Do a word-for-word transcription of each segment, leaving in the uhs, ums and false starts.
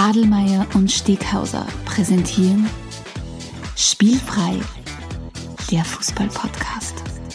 Adelmeier und Steghauser präsentieren Spielfrei, der Fußball-Podcast.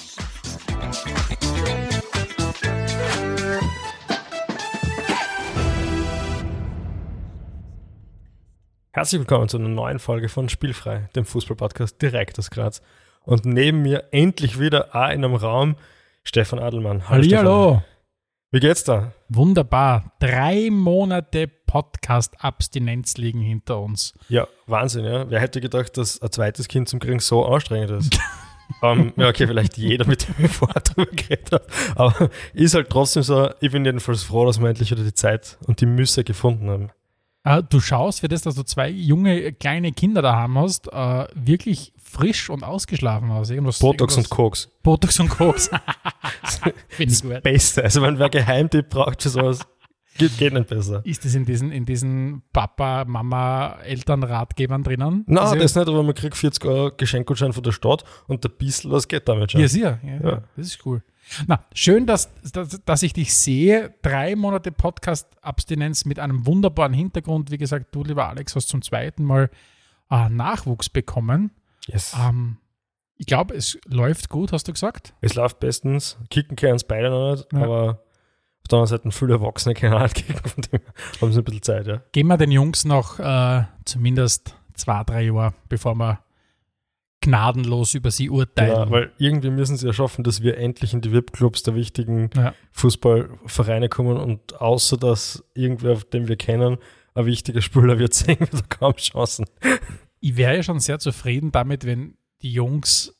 Herzlich willkommen zu einer neuen Folge von Spielfrei, dem Fußball-Podcast direkt aus Graz. Und neben mir endlich wieder auch in einem Raum Stefan Adelmann. Hallo, hallo. Wie geht's da? Wunderbar. Drei Monate Podcast-Abstinenz liegen hinter uns. Ja, Wahnsinn, ja. Wer hätte gedacht, dass ein zweites Kind zum Kriegen so anstrengend ist? um, ja, okay, vielleicht jeder, mit dem ich vorher drüber geredet habe. Aber ist halt trotzdem so, ich bin jedenfalls froh, dass wir endlich wieder die Zeit und die Muße gefunden haben. Uh, du schaust für das, dass du zwei junge, kleine Kinder daheim hast, uh, wirklich frisch und ausgeschlafen aus. Irgendwas, Botox irgendwas, und Koks. Botox und Koks. Finde ich gut. Das Beste. Also wenn wer Geheimtipp braucht für sowas, geht, geht nicht besser. Ist das in diesen, in diesen Papa, Mama, Elternratgebern drinnen? Nein, also, das nicht, aber man kriegt vierzig Euro Geschenkgutschein von der Stadt und ein bisschen was geht damit schon. Ja, sicher. Ja, ja. Das ist cool. Na, schön, dass, dass, dass ich dich sehe. Drei Monate Podcast-Abstinenz mit einem wunderbaren Hintergrund. Wie gesagt, du, lieber Alex, hast zum zweiten Mal äh, Nachwuchs bekommen. Yes. Ähm, ich glaube, es läuft gut, hast du gesagt? Es läuft bestens. Kicken können es beide noch nicht, ja. Aber auf der anderen Seite viele Erwachsene können auch nicht kicken, von dem haben sie ein bisschen Zeit. Ja. Geben wir den Jungs noch äh, zumindest zwei, drei Jahre, bevor wir gnadenlos über sie urteilen. Genau, weil irgendwie müssen sie ja schaffen, dass wir endlich in die V I P-Clubs der wichtigen ja. Fußballvereine kommen und außer dass irgendwer, den wir kennen, ein wichtiger Spieler wird, sehen wir da kaum Chancen. Ich wäre ja schon sehr zufrieden damit, wenn die Jungs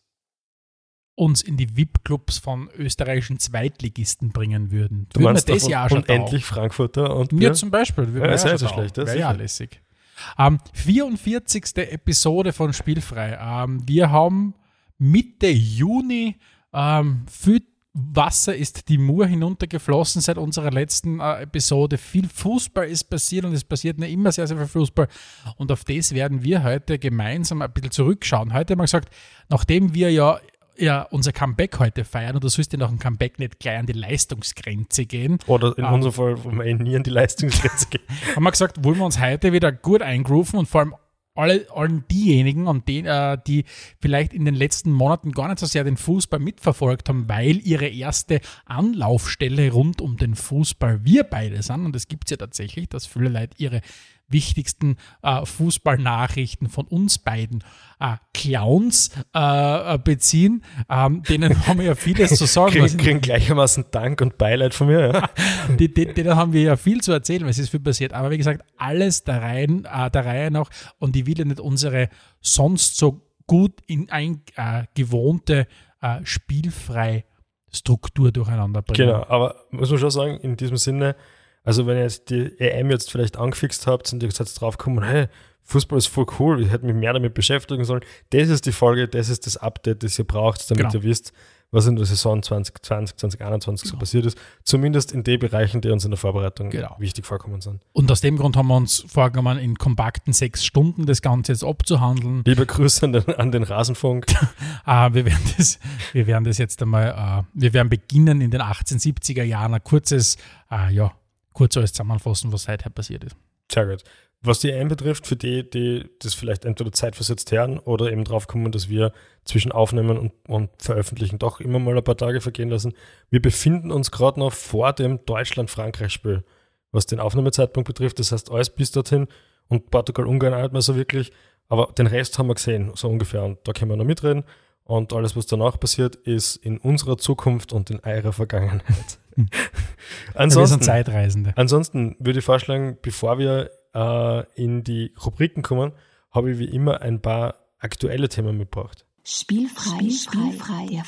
uns in die V I P-Clubs von österreichischen Zweitligisten bringen würden. Du würden meinst wir das ja schon endlich Frankfurter und mir zum Beispiel. Ja, ist ja so schlecht. Das wäre ja lässig. Ähm, vierundvierzigste Episode von Spielfrei. Ähm, wir haben Mitte Juni, ähm, viel Wasser ist die Mur hinuntergeflossen seit unserer letzten äh, Episode. Viel Fußball ist passiert und es passiert nicht immer sehr, sehr viel Fußball. Und auf das werden wir heute gemeinsam ein bisschen zurückschauen. Heute haben wir gesagt, nachdem wir ja ja unser Comeback heute feiern und du sollst ja nach dem Comeback nicht gleich an die Leistungsgrenze gehen. Oder in ähm, unserem Fall, wo wir eh nie an die Leistungsgrenze gehen. Haben wir gesagt, wollen wir uns heute wieder gut eingrooven und vor allem alle, allen diejenigen, und den, äh, die vielleicht in den letzten Monaten gar nicht so sehr den Fußball mitverfolgt haben, weil ihre erste Anlaufstelle rund um den Fußball wir beide sind. Und es gibt es ja tatsächlich, dass viele Leute ihre wichtigsten äh, Fußballnachrichten von uns beiden äh, Clowns äh, beziehen. Ähm, denen haben wir ja vieles zu sagen. Kriegen, kriegen gleichermaßen Dank und Beileid von mir. Ja. die, die, denen haben wir ja viel zu erzählen, weil es ist viel passiert. Aber wie gesagt, alles der Reihe, äh, der Reihe nach, und ich will ja nicht unsere sonst so gut in ein, äh, gewohnte äh, spielfrei Struktur durcheinander bringen. Genau, aber muss man schon sagen, in diesem Sinne, also wenn ihr jetzt die E M jetzt vielleicht angefixt habt und ihr jetzt draufgekommen, hey, Fußball ist voll cool, ich hätte mich mehr damit beschäftigen sollen. Das ist die Folge, das ist das Update, das ihr braucht, damit genau. ihr wisst, was in der Saison zwanzig zwanzig, zwanzig einundzwanzig genau. so passiert ist. Zumindest in den Bereichen, die uns in der Vorbereitung genau. wichtig vorkommen sind. Und aus dem Grund haben wir uns vorgenommen, in kompakten sechs Stunden das Ganze jetzt abzuhandeln. Liebe Grüße an den, an den Rasenfunk. uh, wir, werden das, wir werden das jetzt einmal, uh, wir werden beginnen in den achtzehnhundertsiebziger Jahren ein kurzes, uh, ja, kurz alles zusammenfassen, was seither passiert ist. Sehr gut. Was die E M betrifft, für die, die das vielleicht entweder zeitversetzt hören oder eben drauf kommen, dass wir zwischen Aufnehmen und, und Veröffentlichen doch immer mal ein paar Tage vergehen lassen. Wir befinden uns gerade noch vor dem Deutschland-Frankreich-Spiel, was den Aufnahmezeitpunkt betrifft. Das heißt, alles bis dorthin und Portugal-Ungarn auch nicht mehr so wirklich. Aber den Rest haben wir gesehen, so ungefähr. Und da können wir noch mitreden. Und alles, was danach passiert, ist in unserer Zukunft und in eurer Vergangenheit. ansonsten, wir sind Zeitreisende. Ansonsten würde ich vorschlagen, bevor wir äh, in die Rubriken kommen, habe ich wie immer ein paar aktuelle Themen mitgebracht. Spielfrei, Spielfrei, der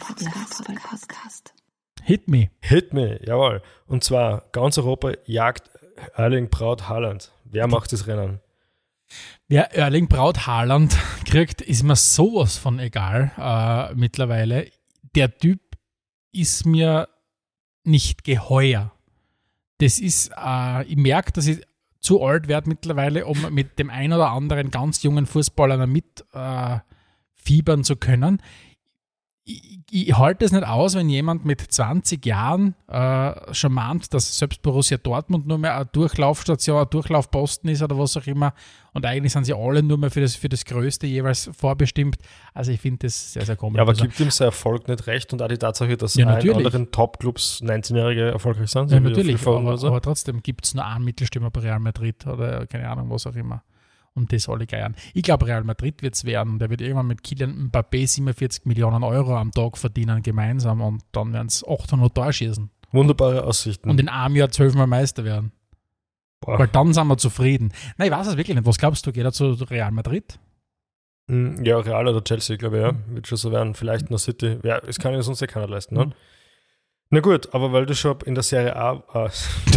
Fußball-Podcast. Hit me. Hit me, jawohl. Und zwar, ganz Europa jagt Erling Braut Haaland. Wer macht das Rennen? Wer Erling Braut Haaland kriegt, ist mir sowas von egal äh, mittlerweile. Der Typ ist mir nicht geheuer. Das ist, äh, ich merke, dass ich zu alt werde mittlerweile, um mit dem einen oder anderen ganz jungen Fußballer mit äh, fiebern zu können. ich, ich halte es nicht aus, wenn jemand mit zwanzig Jahren äh, schon mahnt, dass selbst Borussia Dortmund nur mehr eine Durchlaufstation, ein Durchlaufposten ist oder was auch immer. Und eigentlich sind sie alle nur mehr für das, für das Größte jeweils vorbestimmt. Also ich finde das sehr, sehr komisch. Ja, aber also, gibt ihm sein Erfolg nicht recht und auch die Tatsache, dass Ja, in natürlich. anderen Top-Clubs neunzehnjährige erfolgreich sind? so ja, wie natürlich, FIFA aber, oder so? aber trotzdem gibt es nur einen Mittelstürmer bei Real Madrid oder keine Ahnung, was auch immer. Und das alle geiern. Ich glaube, Real Madrid wird es werden. Der wird irgendwann mit Kylian Mbappé siebenundvierzig Millionen Euro am Tag verdienen gemeinsam und dann werden es achthundert Tore schießen. Wunderbare Aussichten. Und in einem Jahr zwölfmal Meister werden. Boah. Weil dann sind wir zufrieden. Nein, ich weiß es wirklich nicht. Was glaubst du, geht er zu Real Madrid? Mm, Ja, Real oder Chelsea, glaube ich, ja. Wird schon so werden. Vielleicht noch City. Ja, das kann ja sonst ja keiner leisten, ne? Mhm. Na gut, aber weil du schon in der Serie A, äh,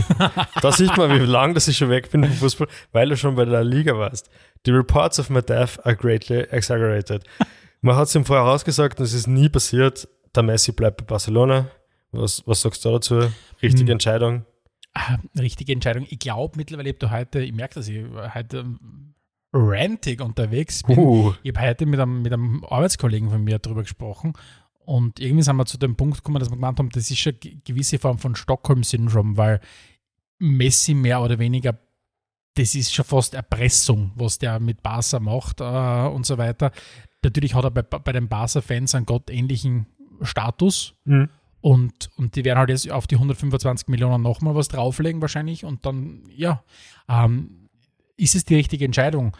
da sieht man, wie lange dass ich schon weg bin vom Fußball, weil du schon bei der Liga warst. The reports of my death are greatly exaggerated. Man hat es ihm vorher rausgesagt und es ist nie passiert. Der Messi bleibt bei Barcelona. Was, was sagst du dazu? Richtige Mhm. Entscheidung? Ah, richtige Entscheidung. Ich glaube mittlerweile, ich habe da heute, ich merke, dass ich heute ähm, rantig unterwegs bin. Uh. Ich habe heute mit einem, mit einem Arbeitskollegen von mir darüber gesprochen und irgendwie sind wir zu dem Punkt gekommen, dass wir gemeint haben, das ist schon eine gewisse Form von Stockholm-Syndrom, weil Messi mehr oder weniger, das ist schon fast Erpressung, was der mit Barca macht äh, und so weiter. Natürlich hat er bei, bei den Barca-Fans einen gottähnlichen Status Mhm. und, und die werden halt jetzt auf die hundertfünfundzwanzig Millionen nochmal was drauflegen wahrscheinlich und dann, ja, ähm, ist es die richtige Entscheidung.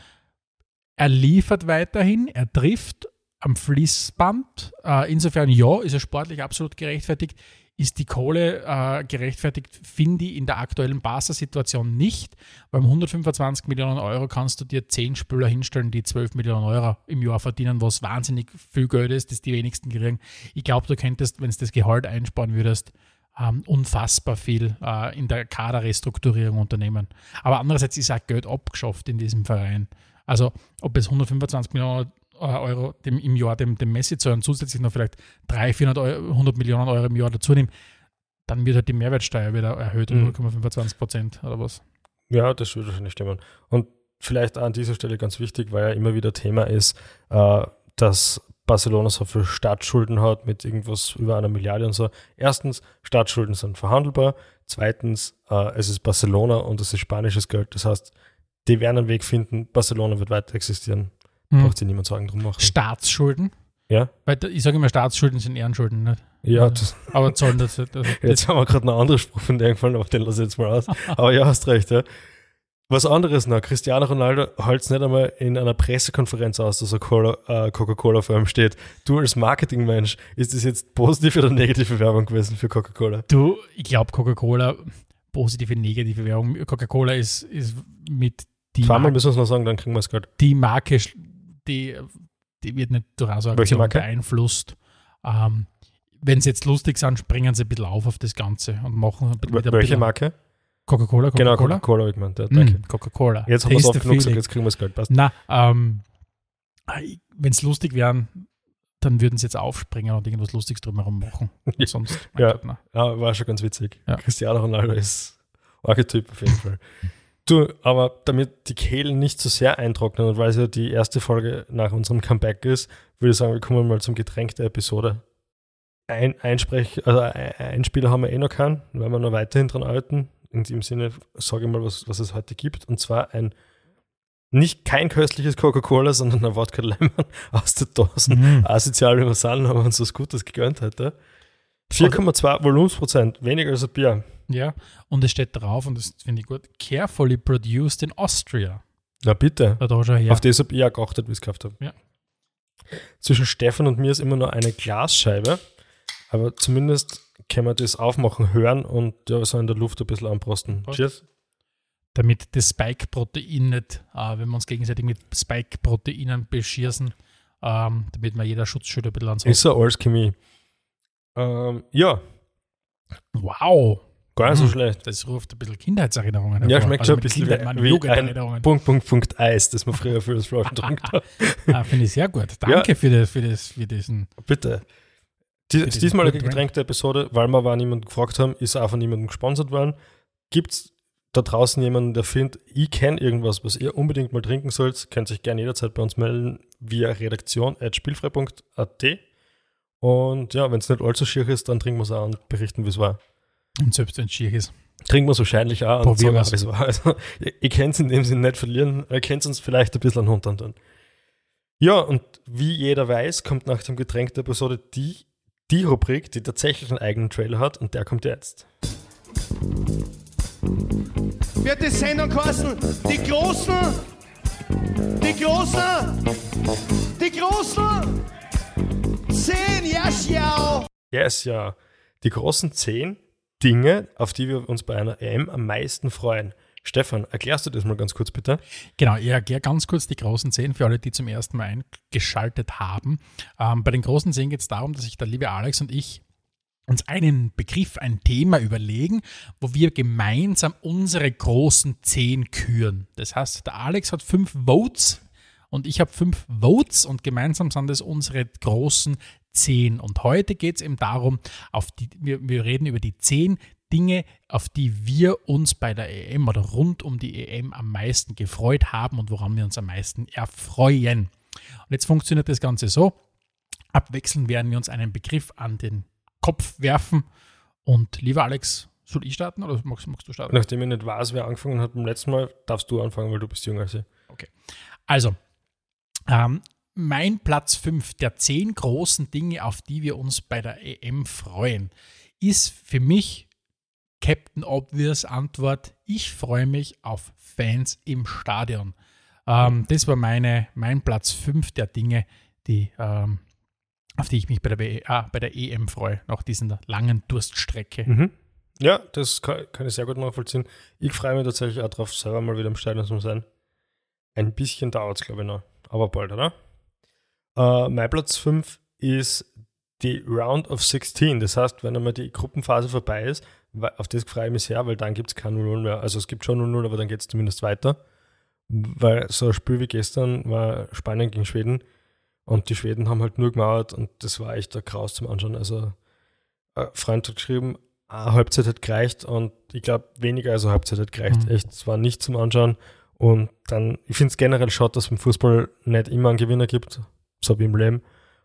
Er liefert weiterhin, er trifft am Fließband. Äh, insofern ja, ist er sportlich absolut gerechtfertigt. Ist die Kohle äh, gerechtfertigt, finde ich in der aktuellen Barca-Situation nicht, weil um hundertfünfundzwanzig Millionen Euro kannst du dir zehn Spieler hinstellen, die zwölf Millionen Euro im Jahr verdienen, was wahnsinnig viel Geld ist, das die wenigsten kriegen. Ich glaube, du könntest, wenn du das Gehalt einsparen würdest, ähm, unfassbar viel äh, in der Kaderrestrukturierung unternehmen. Aber andererseits ist auch Geld abgeschafft in diesem Verein. Also ob es hundertfünfundzwanzig Millionen Euro dem, im Jahr dem, dem Messi zahlen, zusätzlich noch vielleicht dreihundert, vierhundert Euro, hundert Millionen Euro im Jahr dazu nehmen, dann wird halt die Mehrwertsteuer wieder erhöht um Mhm. null Komma fünfundzwanzig Prozent oder was. Ja, das würde wahrscheinlich stimmen. Und vielleicht auch an dieser Stelle ganz wichtig, weil ja immer wieder Thema ist, äh, dass Barcelona so viel Staatsschulden hat mit irgendwas über einer Milliarde und so. Erstens, Staatsschulden sind verhandelbar. Zweitens, äh, es ist Barcelona und es ist spanisches Geld. Das heißt, die werden einen Weg finden, Barcelona wird weiter existieren. Mhm. Braucht sich niemand Sorgen drum machen. Staatsschulden, Ja, weil da- ich sage immer, Staatsschulden sind Ehrenschulden, nicht? ja, das, Aber zahlen das, das, das jetzt haben wir gerade einen anderen Spruch von dir eingefallen, aber den lasse ich jetzt mal aus. Aber ja, hast recht, ja. Was anderes noch, Cristiano Ronaldo hält es nicht einmal in einer Pressekonferenz aus, dass er Cola, äh, Coca-Cola vor ihm steht. Du als Marketingmensch, ist das jetzt positive oder negative Werbung gewesen für Coca-Cola? Du, ich glaube, Coca-Cola, positive, negative Werbung. Coca-Cola ist, ist mit die Zweimal Marke, müssen wir es noch sagen, dann kriegen wir es gerade. die Marke, die, die wird nicht durch Welche Aktion Marke? beeinflusst. Ähm, wenn sie jetzt lustig sind, springen sie ein bisschen auf auf das Ganze und machen ein bisschen- mit ein Welche bisschen- Marke? Coca-Cola, Genau, Coca-Cola. Coca-Cola, ich gemeint. Ja, danke. Mm, Coca-Cola. Jetzt haben wir es Taste oft the genug gesagt, feeling. jetzt kriegen wir es Geld. Passt. Na, ähm, wenn es lustig wären, dann würden sie jetzt aufspringen und irgendwas Lustiges drumherum machen. Ja. Sonst, mein Ja. Gott, na. Ja, war schon ganz witzig. Ja. Cristiano Ronaldo ist Archetyp auf jeden Fall. Du, aber damit die Kehlen nicht zu sehr eintrocknen und weil es ja die erste Folge nach unserem Comeback ist, würde ich sagen, wir kommen mal zum Getränk der Episode. Ein Einsprech, also ein Einspieler haben wir eh noch keinen, weil wir noch weiterhin dran arbeiten. In dem Sinne sage ich mal, was, was es heute gibt. Und zwar ein nicht kein köstliches Coca-Cola, sondern ein Wodka Lemon aus der Dose. Mhm. Asozial wie wir sind, haben wir uns was Gutes gegönnt heute. vier Komma zwei Volumensprozent, weniger als ein Bier. Ja, und es steht drauf, und das finde ich gut, carefully produced in Austria. Na bitte. Da da schon her. Auf das habe ich auch geachtet, wie ich es gekauft habe. Ja. Zwischen Stefan und mir ist immer nur eine Glasscheibe, aber zumindest können wir das aufmachen, hören und ja, so in der Luft ein bisschen anprosten. Prost. Cheers. Damit das Spike-Protein nicht, äh, wenn wir uns gegenseitig mit Spike-Proteinen beschießen, ähm, damit wir jeder Schutzschild ein bisschen ans Ist ja alles Chemie. Ähm, ja, Wow, gar nicht so Mhm. schlecht. das ruft ein bisschen Kindheitserinnerungen Ja, hervor. schmeckt Also schon ein mit bisschen Kindheit wie, meine wie ein Jugenderinnerungen. Punkt, Punkt, Punkt Eis, das man früher für das Flaschen getrunken hat. Ah, finde ich sehr gut. Danke für, das, für, das, für diesen. Bitte. Die, Für diesen diesmalige guten Drink. getränkte Episode, weil wir aber niemanden gefragt haben, ist auch von niemandem gesponsert worden. Gibt es da draußen jemanden, der findet, ich kenne irgendwas, was ihr unbedingt mal trinken sollt, könnt euch gerne jederzeit bei uns melden via redaktion at spielfrei punkt at Und ja, wenn es nicht allzu schier ist, dann trinken wir es auch und berichten, wie es war. Und selbst wenn es schier ist. Trinken wir es wahrscheinlich auch und Probieren sagen, wie es war. Also, ihr ihr könnt es in dem Sinne nicht verlieren, ihr könnt uns vielleicht ein bisschen an den Hund tun. Ja, und wie jeder weiß, kommt nach dem Getränk der Episode die, die Rubrik, die tatsächlich einen eigenen Trailer hat, und der kommt jetzt. Wird die Sendung kosten? Die Großen! Die Großen! Die Großen! Zehn, ja, schau! Yes, ja. Die großen zehn Dinge, auf die wir uns bei einer E M am meisten freuen. Stefan, erklärst du das mal ganz kurz, bitte? Genau, ich erkläre ganz kurz die großen zehn für alle, die zum ersten Mal eingeschaltet haben. Ähm, bei den großen zehn geht es darum, dass sich der liebe Alex und ich uns einen Begriff, ein Thema überlegen, wo wir gemeinsam unsere großen zehn küren. Das heißt, der Alex hat fünf Votes und ich habe fünf Votes und gemeinsam sind das unsere großen zehn. Und heute geht es eben darum, auf die, wir, wir reden über die zehn Dinge, auf die wir uns bei der E M oder rund um die E M am meisten gefreut haben und woran wir uns am meisten erfreuen. Und jetzt funktioniert das Ganze so: Abwechselnd werden wir uns einen Begriff an den Kopf werfen. Und lieber Alex, soll ich starten oder magst, magst du starten? Nachdem ich nicht weiß, wer angefangen hat beim letzten Mal, darfst du anfangen, weil du bist jünger als ich. Okay. Also, ähm, mein Platz fünf der zehn großen Dinge, auf die wir uns bei der E M freuen, ist für mich Captain Obvious Antwort: Ich freue mich auf Fans im Stadion. Ähm, das war meine, mein Platz fünf der Dinge, die, ähm, auf die ich mich bei der, B- ah, bei der E M freue, nach dieser langen Durststrecke. Mhm. Ja, das kann, kann ich sehr gut nachvollziehen. Ich freue mich tatsächlich auch drauf, selber mal wieder im Stadion zu sein. Ein bisschen dauert es, glaube ich, noch. Aber bald, oder? Uh, mein Platz fünf ist die Round of sechzehn. Das heißt, wenn einmal die Gruppenphase vorbei ist, auf das freue ich mich sehr, weil dann gibt es kein null null mehr. Also es gibt schon null null, aber dann geht es zumindest weiter. Weil so ein Spiel wie gestern war Spanien gegen Schweden und die Schweden haben halt nur gemauert und das war echt ein Graus zum Anschauen. Also ein Freund hat geschrieben, eine Halbzeit hat gereicht und ich glaube, weniger als eine Halbzeit hat gereicht. Mhm. Echt, es war nicht zum Anschauen. Und dann, ich finde es generell schade, dass es im Fußball nicht immer einen Gewinner gibt, so wie im Leben.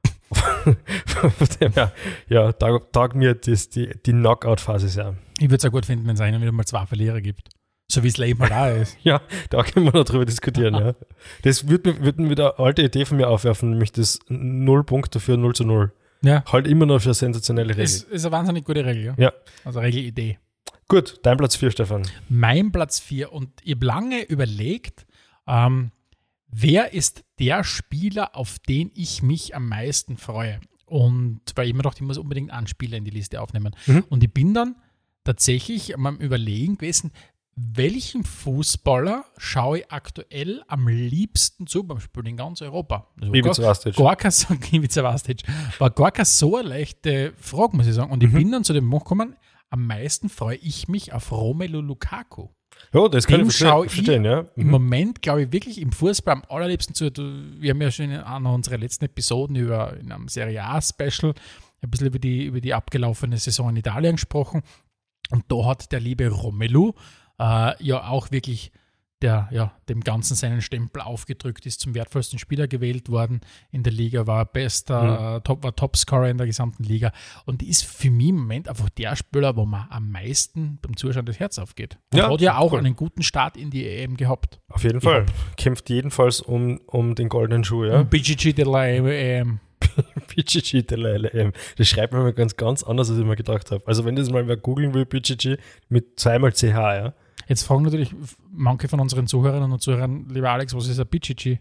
Von dem her, ja, taugt taugt mir das, die, die Knockout-Phase sehr. Ich würde es auch gut finden, wenn es einen wieder mal zwei Verlierer gibt. So wie es Leben halt auch ist. Ja, da können wir noch drüber diskutieren. Ja. Das würde mir, würd mir wieder eine alte Idee von mir aufwerfen, nämlich das null Punkte für null zu null. Ja. Halt immer noch für eine sensationelle Regel. Ist, ist eine wahnsinnig gute Regel, ja. Ja. Also Regelidee. Gut, dein Platz vier, Stefan. Mein Platz vier, und ich habe lange überlegt, ähm, wer ist der Spieler, auf den ich mich am meisten freue? Und weil ich mir dachte, ich muss unbedingt einen Spieler in die Liste aufnehmen. Mhm. Und ich bin dann tatsächlich am Überlegen gewesen, welchen Fußballer schaue ich aktuell am liebsten zu beim Spiel in ganz Europa? Also Ivica Vastic. Gar keine, so, Ivica Vastic. War gar keine so eine leichte Frage, muss ich sagen. Und ich Mhm. bin dann zu dem Punkt gekommen, am meisten freue ich mich auf Romelu Lukaku. Ja, das kann Dem ich schau verstehen, verstehen ja. Im Mhm. Moment glaube ich wirklich im Fußball am allerliebsten zu. Du, wir haben ja schon in einer unserer letzten Episoden über in einem Serie A-Special ein bisschen über die, über die abgelaufene Saison in Italien gesprochen. Und da hat der liebe Romelu äh, ja auch wirklich der, ja, dem Ganzen seinen Stempel aufgedrückt, ist zum wertvollsten Spieler gewählt worden in der Liga, war bester, Mhm. äh, Top, war Topscorer in der gesamten Liga und ist für mich im Moment einfach der Spieler, wo man am meisten beim Zuschauen das Herz aufgeht. Und Ja, hat ja auch cool. einen guten Start in die E M gehabt. Auf jeden Fall. Kämpft jedenfalls um, um den goldenen Schuh, ja. Und B G G de la E M. B G G, der L L M. Das schreibt man mal ganz, ganz anders, als ich mir gedacht habe. Also wenn das mal wer googeln will, B G G mit zweimal C H, ja. Jetzt fragen natürlich manche von unseren Zuhörerinnen und Zuhörern, lieber Alex, was ist ein B G G?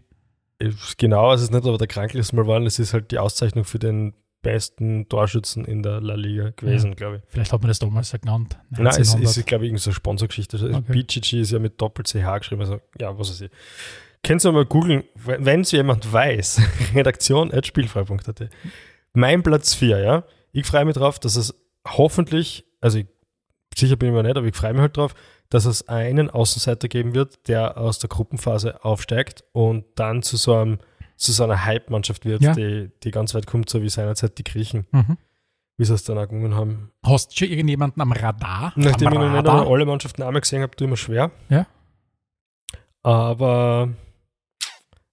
Genau, es ist nicht, aber der Krankel ist mal waren, es ist halt die Auszeichnung für den besten Torschützen in der La Liga gewesen, Ja. glaube ich. Vielleicht hat man das damals so genannt. Nein, es neunzehnhundert. ist, glaube ich, irgendeine so eine Sponsorgeschichte. Also Okay. B G G ist ja mit Doppel-C H geschrieben, also ja, was weiß ich. Könnt ihr mal googeln, wenn es jemand weiß, redaktion at spielfrei punkt a t. Mein Platz vier, ja. Ich freue mich drauf, dass es hoffentlich, also ich, sicher bin ich mir nicht, aber ich freue mich halt drauf, dass es einen Außenseiter geben wird, der aus der Gruppenphase aufsteigt und dann zu so, einem, zu so einer Hype-Mannschaft wird, Ja. die, die ganz weit kommt, so wie seinerzeit die Griechen, Mhm. wie sie es dann auch gewonnen haben. Hast du schon irgendjemanden am Radar? Nachdem am ich noch nicht Radar? einmal alle Mannschaften einmal gesehen habe, tue ich mir schwer. Ja. Aber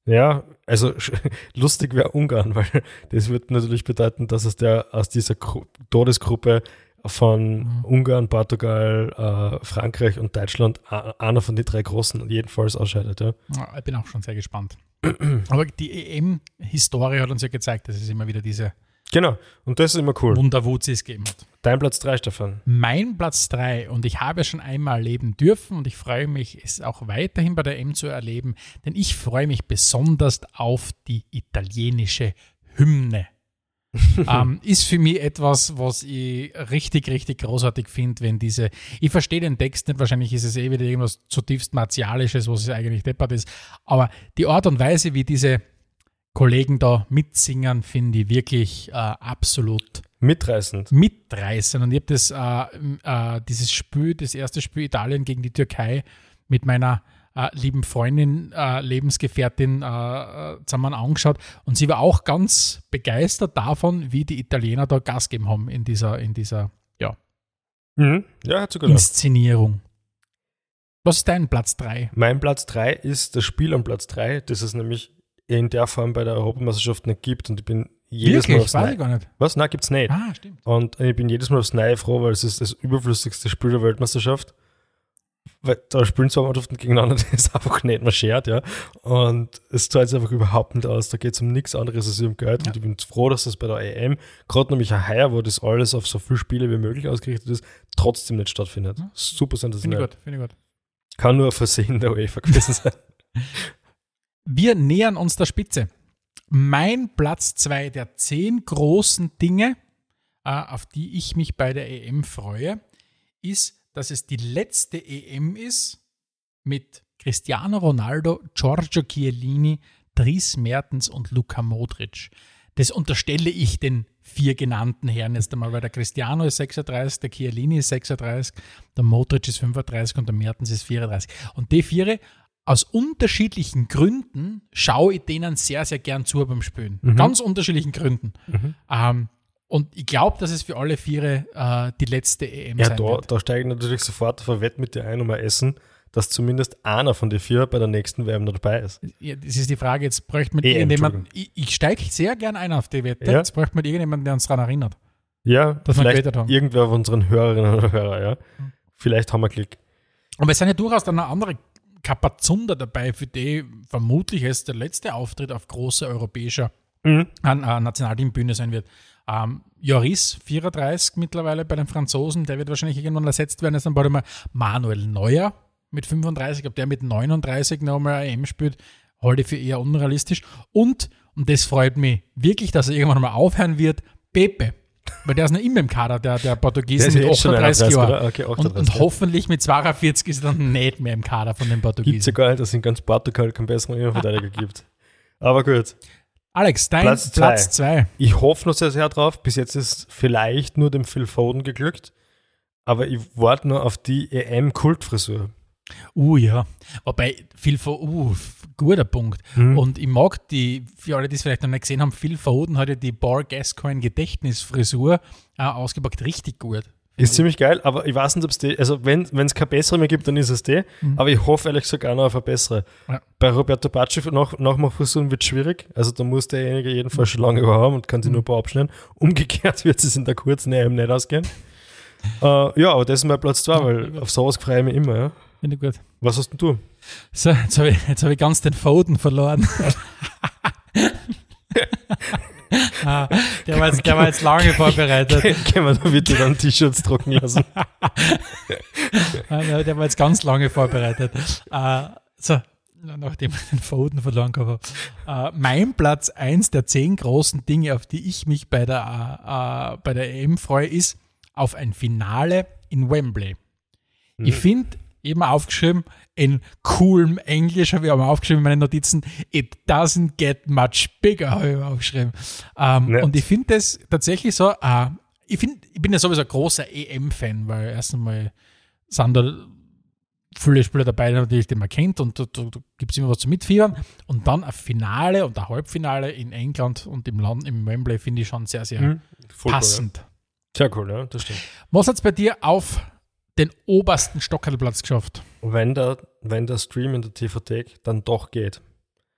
Ja, also lustig wäre Ungarn, weil das wird natürlich bedeuten, dass es der aus dieser Gru- Todesgruppe von mhm. Ungarn, Portugal, äh, Frankreich und Deutschland a- einer von den drei Großen jedenfalls ausscheidet. Ja. Ja, ich bin auch schon sehr gespannt. Aber die E M-Historie hat uns ja gezeigt, dass es immer wieder diese Genau, und das ist immer cool. Wunderwuzis gegeben hat. Dein Platz drei, Stefan. Mein Platz drei, und ich habe es schon einmal erleben dürfen und ich freue mich, es auch weiterhin bei der E M zu erleben, denn ich freue mich besonders auf die italienische Hymne. ähm, ist für mich etwas, was ich richtig, richtig großartig finde, wenn diese, ich verstehe den Text nicht, wahrscheinlich ist es eh wieder irgendwas zutiefst Martialisches, was es eigentlich deppert ist, aber die Art und Weise, wie diese Kollegen da mitsingen, finde ich wirklich äh, absolut mitreißend. Mitreißend. Und ich habe das, äh, äh, dieses Spiel, das erste Spiel Italien gegen die Türkei mit meiner äh, lieben Freundin, äh, Lebensgefährtin äh, zusammen angeschaut und sie war auch ganz begeistert davon, wie die Italiener da Gas gegeben haben in dieser, in dieser ja, mhm. ja, hat sogar Inszenierung. Was ist dein Platz drei? Mein Platz drei ist das Spiel am Platz drei, das es nämlich in der Form bei der Europameisterschaft nicht gibt und ich bin jedes Wirklich? Mal aufs Weiß Neue. ich gar nicht. Was? Nein, gibt's nicht. Ah, stimmt. Und ich bin jedes Mal aufs Neue froh, weil es ist das überflüssigste Spiel der Weltmeisterschaft. Weil da spielen zwei Mannschaften gegeneinander, das ist einfach nicht marschiert, ja. Und es zahlt sich einfach überhaupt nicht aus. Da geht es um nichts anderes als um Geld. Ja. Und ich bin froh, dass das bei der E M, gerade nämlich auch heuer, wo das alles auf so viele Spiele wie möglich ausgerichtet ist, trotzdem nicht stattfindet. Ja. Super sensationell. Finde ich gut, finde ich gut. Kann nur ein Versehen der UEFA gewesen sein. Wir nähern uns der Spitze. Mein Platz zwei der zehn großen Dinge, äh, auf die ich mich bei der E M freue, ist, dass es die letzte E M ist mit Cristiano Ronaldo, Giorgio Chiellini, Dries Mertens und Luka Modric. Das unterstelle ich den vier genannten Herren jetzt einmal, weil der Cristiano ist sechsunddreißig, der Chiellini ist sechsunddreißig, der Modric ist fünfunddreißig und der Mertens ist vierunddreißig. Und die vier, aus unterschiedlichen Gründen, schaue ich denen sehr, sehr gern zu beim Spielen. Mhm. Ganz unterschiedlichen Gründen. Mhm. Ähm, und ich glaube, dass es für alle Viere äh, die letzte E M ja, sein da, wird. da steige ich natürlich sofort auf ein Wett mit dir ein um ein Essen, dass zumindest einer von den vier bei der nächsten W M noch dabei ist. Ja, das ist die Frage, jetzt bräuchte man E M, irgendjemanden, ich, ich steige sehr gern ein auf die Wette, ja? Jetzt bräuchte man irgendjemanden, der uns daran erinnert. Ja, dass vielleicht wir haben. irgendwer von unseren Hörerinnen oder Hörer, ja. Mhm. Vielleicht haben wir Glück. Aber es sind ja durchaus dann noch andere Kapazunder dabei, für die vermutlich es der letzte Auftritt auf großer europäischer mhm. äh, Nationalteambühne sein wird. Ähm, Joris, vierunddreißig mittlerweile bei den Franzosen, der wird wahrscheinlich irgendwann ersetzt werden. Jetzt dann bald mal Manuel Neuer mit fünfunddreißig, ob der mit neununddreißig noch mal eine E M spielt, halte ich für eher unrealistisch. Und, und das freut mich wirklich, dass er irgendwann mal aufhören wird, Pepe. Weil der ist noch immer im Kader, der, der Portugiesen mit achtunddreißig Jahren. Okay, und, und hoffentlich mit zweiundvierzig ist er dann nicht mehr im Kader von den Portugiesen. Gibt es ja gar nicht, dass es in ganz Portugal keinen besseren Innenverteidiger gibt. Aber gut. Alex, dein Platz zwei. Platz zwei. Ich hoffe noch sehr, sehr drauf. Bis jetzt ist vielleicht nur dem Phil Foden geglückt. Aber ich warte nur auf die E M-Kultfrisur. Uh, ja. Wobei, Phil Foden, uh, guter Punkt. Mhm. Und ich mag die, für alle, die es vielleicht noch nicht gesehen haben, Phil Foden hat ja die Bar Gascoigne Gedächtnisfrisur äh, ausgepackt. Richtig gut. Ist ziemlich geil, aber ich weiß nicht, ob es die, also wenn es keine bessere mehr gibt, dann ist es die. Mhm. Aber ich hoffe ehrlich gesagt auch noch auf eine bessere. Ja. Bei Roberto Bacci nach, Nachmachfrisuren wird es schwierig. Also da muss derjenige jedenfalls schon lange haben und kann sich mhm. nur ein paar abschneiden. Umgekehrt wird es in der kurzen E M nicht ausgehen. uh, ja, aber das ist mein Platz zwei, weil auf sowas freue ich mich immer. Ja. Finde ich gut. Was hast denn du? So, jetzt habe ich, hab ich ganz den Foden verloren. ah, der, war jetzt, der war jetzt lange vorbereitet. Können wir da bitte dann T-Shirts drucken lassen? der, der war jetzt ganz lange vorbereitet. Uh, so, nachdem ich den Foden verloren habe. Uh, mein Platz eins der zehn großen Dinge, auf die ich mich bei der, uh, bei der E M freue, ist auf ein Finale in Wembley. Mhm. Ich finde, eben aufgeschrieben, in coolem Englisch habe ich auch mal aufgeschrieben in meinen Notizen, it doesn't get much bigger, habe ich mal aufgeschrieben. Ähm, ja. Und ich finde das tatsächlich so, äh, ich, find, ich bin ja sowieso ein großer E M-Fan, weil erst einmal sind da viele Spieler dabei, natürlich, die man kennt und da, da, da gibt es immer was zu mitfiebern. Und dann ein Finale und ein Halbfinale in England und im Land, im Wembley, finde ich schon sehr, sehr mhm. passend. Cool, ja. Sehr cool, ja, das stimmt. Was hat es bei dir auf den obersten Stockerlplatz geschafft? Wenn der, wenn der Stream in der T V-Thek dann doch geht.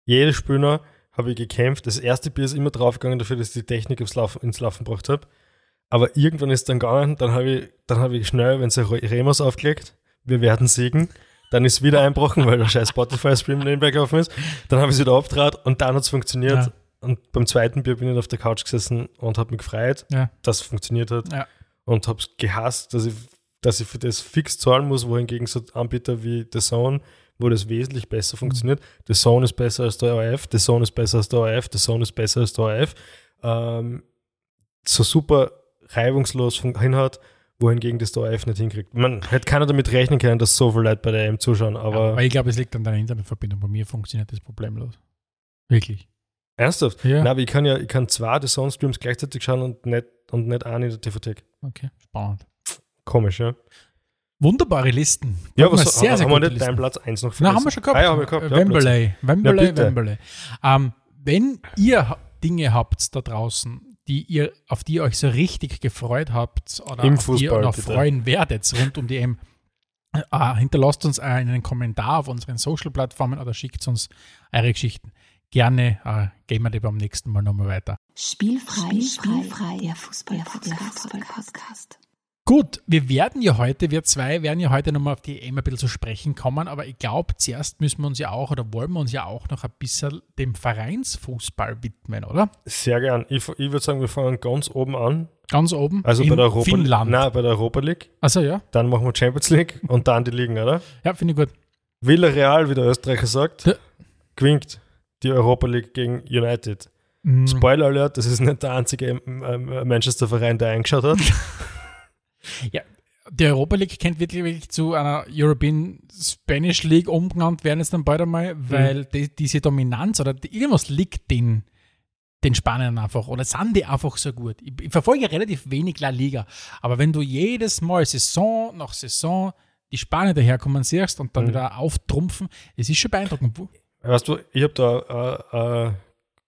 Jedes Spiel habe ich gekämpft. Das erste Bier ist immer draufgegangen dafür, dass ich die Technik ins Laufen, ins Laufen gebracht habe. Aber irgendwann ist es dann gegangen, dann habe ich, dann habe ich schnell, wenn sie Remus aufgelegt, wir werden siegen, dann ist es wieder einbrochen, weil der scheiß Spotify-Stream nebenbei gelaufen ist. Dann habe ich es wieder aufgetragen und dann hat es funktioniert. Ja. Und beim zweiten Bier bin ich auf der Couch gesessen und habe mich gefreut, ja. dass es funktioniert hat. Ja. Und habe es gehasst, dass ich, dass ich für das fix zahlen muss, wohingegen so Anbieter wie The Zone, wo das wesentlich besser funktioniert. Mhm. The Zone ist besser als der O R F, The Zone ist besser als der O R F, The Zone ist besser als der O R F. Ähm, so super reibungslos hinhaut, wohingegen das der O R F nicht hinkriegt. Man hätte keiner damit rechnen können, dass so viele Leute bei der E M zuschauen, aber... Ja, aber ich glaube, es liegt an deiner Internetverbindung. Bei mir funktioniert das problemlos. Wirklich. Ernsthaft? Ja. Nein, aber ich kann ja ich kann zwei The Zone Streams gleichzeitig schauen und nicht, und nicht einen in der T V-Thek. Okay, spannend. Komisch, ja. Wunderbare Listen. Ja, aber sehr, haben sehr wir nicht deinen Platz eins noch vergessen? Nein, haben wir schon gehabt. Ah, ja, haben wir gehabt. Wembley, Wembley, ja, Wembley. Ähm, wenn ihr Dinge habt da draußen, die ihr, auf die ihr euch so richtig gefreut habt oder Im auf Fußball, die ihr noch bitte. freuen werdet rund um die E M, äh, hinterlasst uns einen Kommentar auf unseren Social-Plattformen oder schickt uns eure Geschichten. Gerne äh, gehen wir die beim nächsten Mal nochmal weiter. Spielfrei, Spielfrei, der Fußball-Podcast. Gut, wir werden ja heute, wir zwei werden ja heute nochmal auf die E M ein bisschen zu sprechen kommen, aber ich glaube, zuerst müssen wir uns ja auch oder wollen wir uns ja auch noch ein bisschen dem Vereinsfußball widmen, oder? Sehr gern. Ich, ich würde sagen, wir fangen ganz oben an. Ganz oben? Also in bei der Europa Finnland? Nein, bei der Europa League. Achso, ja. Dann machen wir Champions League und dann die Ligen, oder? Ja, finde ich gut. Villarreal, wie der Österreicher sagt, Ja. gewinnt die Europa League gegen United. Mhm. Spoiler Alert, das ist nicht der einzige ähm, Manchester-Verein, der eingeschaut hat. Ja, die Europa League kennt wirklich, wirklich zu einer European Spanish League umgenannt werden jetzt dann bald einmal, weil mhm. die, diese Dominanz oder die, irgendwas liegt den, den Spaniern einfach oder sind die einfach so gut. Ich, ich verfolge relativ wenig La Liga, aber wenn du jedes Mal Saison nach Saison die Spanier daherkommen siehst und dann mhm. wieder auftrumpfen, es ist schon beeindruckend. Weißt du, ich habe da äh, äh,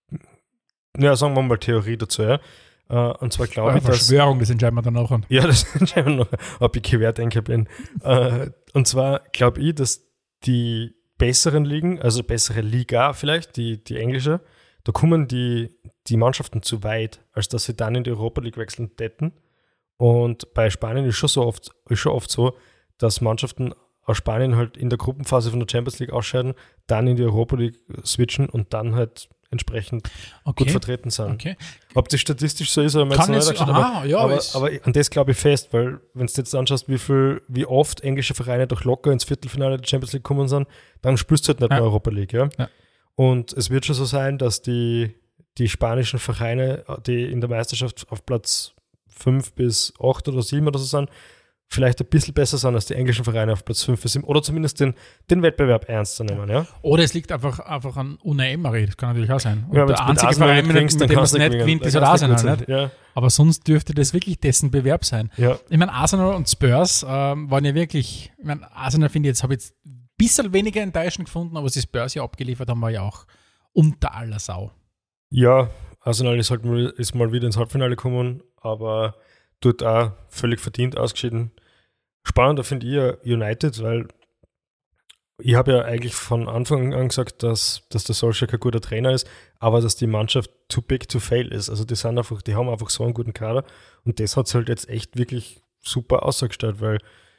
ja, sagen wir mal Theorie dazu, ja. Uh, und zwar glaube ich, dass... Verschwörung, das entscheiden wir dann auch an. Ja, das entscheiden wir noch, ob ich Querdenker bin. uh, und zwar glaube ich, dass die besseren Ligen, also bessere Liga vielleicht, die, die englische, da kommen die, die Mannschaften zu weit, als dass sie dann in die Europa League wechseln täten. Und bei Spanien ist schon so oft, ist schon oft so, dass Mannschaften aus Spanien halt in der Gruppenphase von der Champions League ausscheiden, dann in die Europa League switchen und dann halt entsprechend okay. gut vertreten sind. Okay. Ob das statistisch so ist, oder Kann es, nicht, aha, aber, ja, aber, es, aber an das glaube ich fest, weil wenn du jetzt anschaust, wie viel, wie oft englische Vereine doch locker ins Viertelfinale der Champions League kommen sind, dann spürst du halt nicht ja. mehr Europa League. Ja? Ja. Und es wird schon so sein, dass die, die spanischen Vereine, die in der Meisterschaft auf Platz fünf bis acht oder sieben oder so sind, vielleicht ein bisschen besser sind als die englischen Vereine auf Platz fünf bis sieben oder zumindest den, den Wettbewerb ernst zu nehmen. Ja? Oder es liegt einfach, einfach an Unai Emery, das kann natürlich auch sein. Und ja, der einzige Verein, mit, mit dem es nicht gewinnt, ist halt Arsenal. Nicht? Ja. Aber sonst dürfte das wirklich dessen Bewerb sein. Ja. Ich meine, Arsenal und Spurs ähm, waren ja wirklich, ich meine, Arsenal finde ich jetzt, habe ich jetzt ein bisschen weniger enttäuschend gefunden, aber was die Spurs ja abgeliefert haben, war ja auch unter aller Sau. Ja, Arsenal ist halt mal, ist mal wieder ins Halbfinale gekommen, aber dort auch völlig verdient ausgeschieden. Spannender finde ich ja United, weil ich habe ja eigentlich von Anfang an gesagt, dass, dass der Solskjaer kein guter Trainer ist, aber dass die Mannschaft too big to fail ist. Also die sind einfach, die haben einfach so einen guten Kader und das hat es halt jetzt echt wirklich super ausgestellt, weil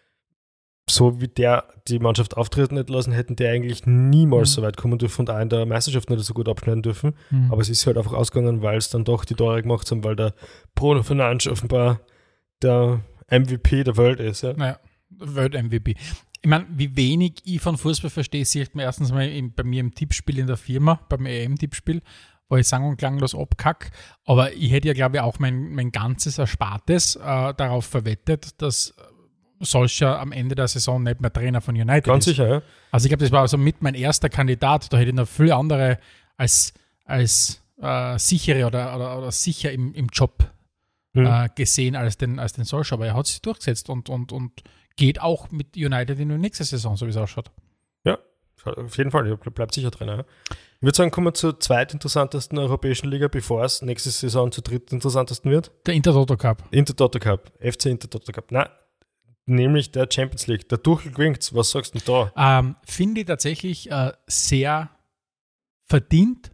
so wie der die Mannschaft auftreten nicht lassen, hätten die eigentlich niemals mhm. so weit kommen dürfen und auch in der Meisterschaft nicht so gut abschneiden dürfen. Mhm. Aber es ist halt einfach ausgegangen, weil es dann doch die Tore gemacht haben, weil der Bruno Fernandes offenbar der M V P der Welt ist. Ja. Naja, World-M V P. Ich meine, wie wenig ich von Fußball verstehe, sieht man erstens mal in, bei mir im Tippspiel in der Firma, beim E M-Tippspiel, wo ich sang- und klanglos abkack. Aber ich hätte ja, glaube ich, auch mein, mein ganzes Erspartes äh, darauf verwettet, dass Solskjaer am Ende der Saison nicht mehr Trainer von United Ganz ist. sicher, ja. Also ich glaube, das war also mit mein erster Kandidat. Da hätte ich noch viele andere als, als äh, sichere oder, oder, oder sicher im, im Job hm. äh, gesehen als den, als den Solskjaer. Aber er hat sich durchgesetzt und, und, und geht auch mit United in die nächste Saison, so wie es ausschaut. Ja, auf jeden Fall. Er bleibt sicher Trainer. Ja. Ich würde sagen, kommen wir zur zweitinteressantesten europäischen Liga, bevor es nächste Saison zur drittinteressantesten wird. Der Intertoto Cup. Intertoto Cup. F C Intertoto Cup. Nein, nämlich der Champions League. Der Tuchel gewinnt. Was sagst du denn da? Ähm, finde ich tatsächlich äh, sehr verdient,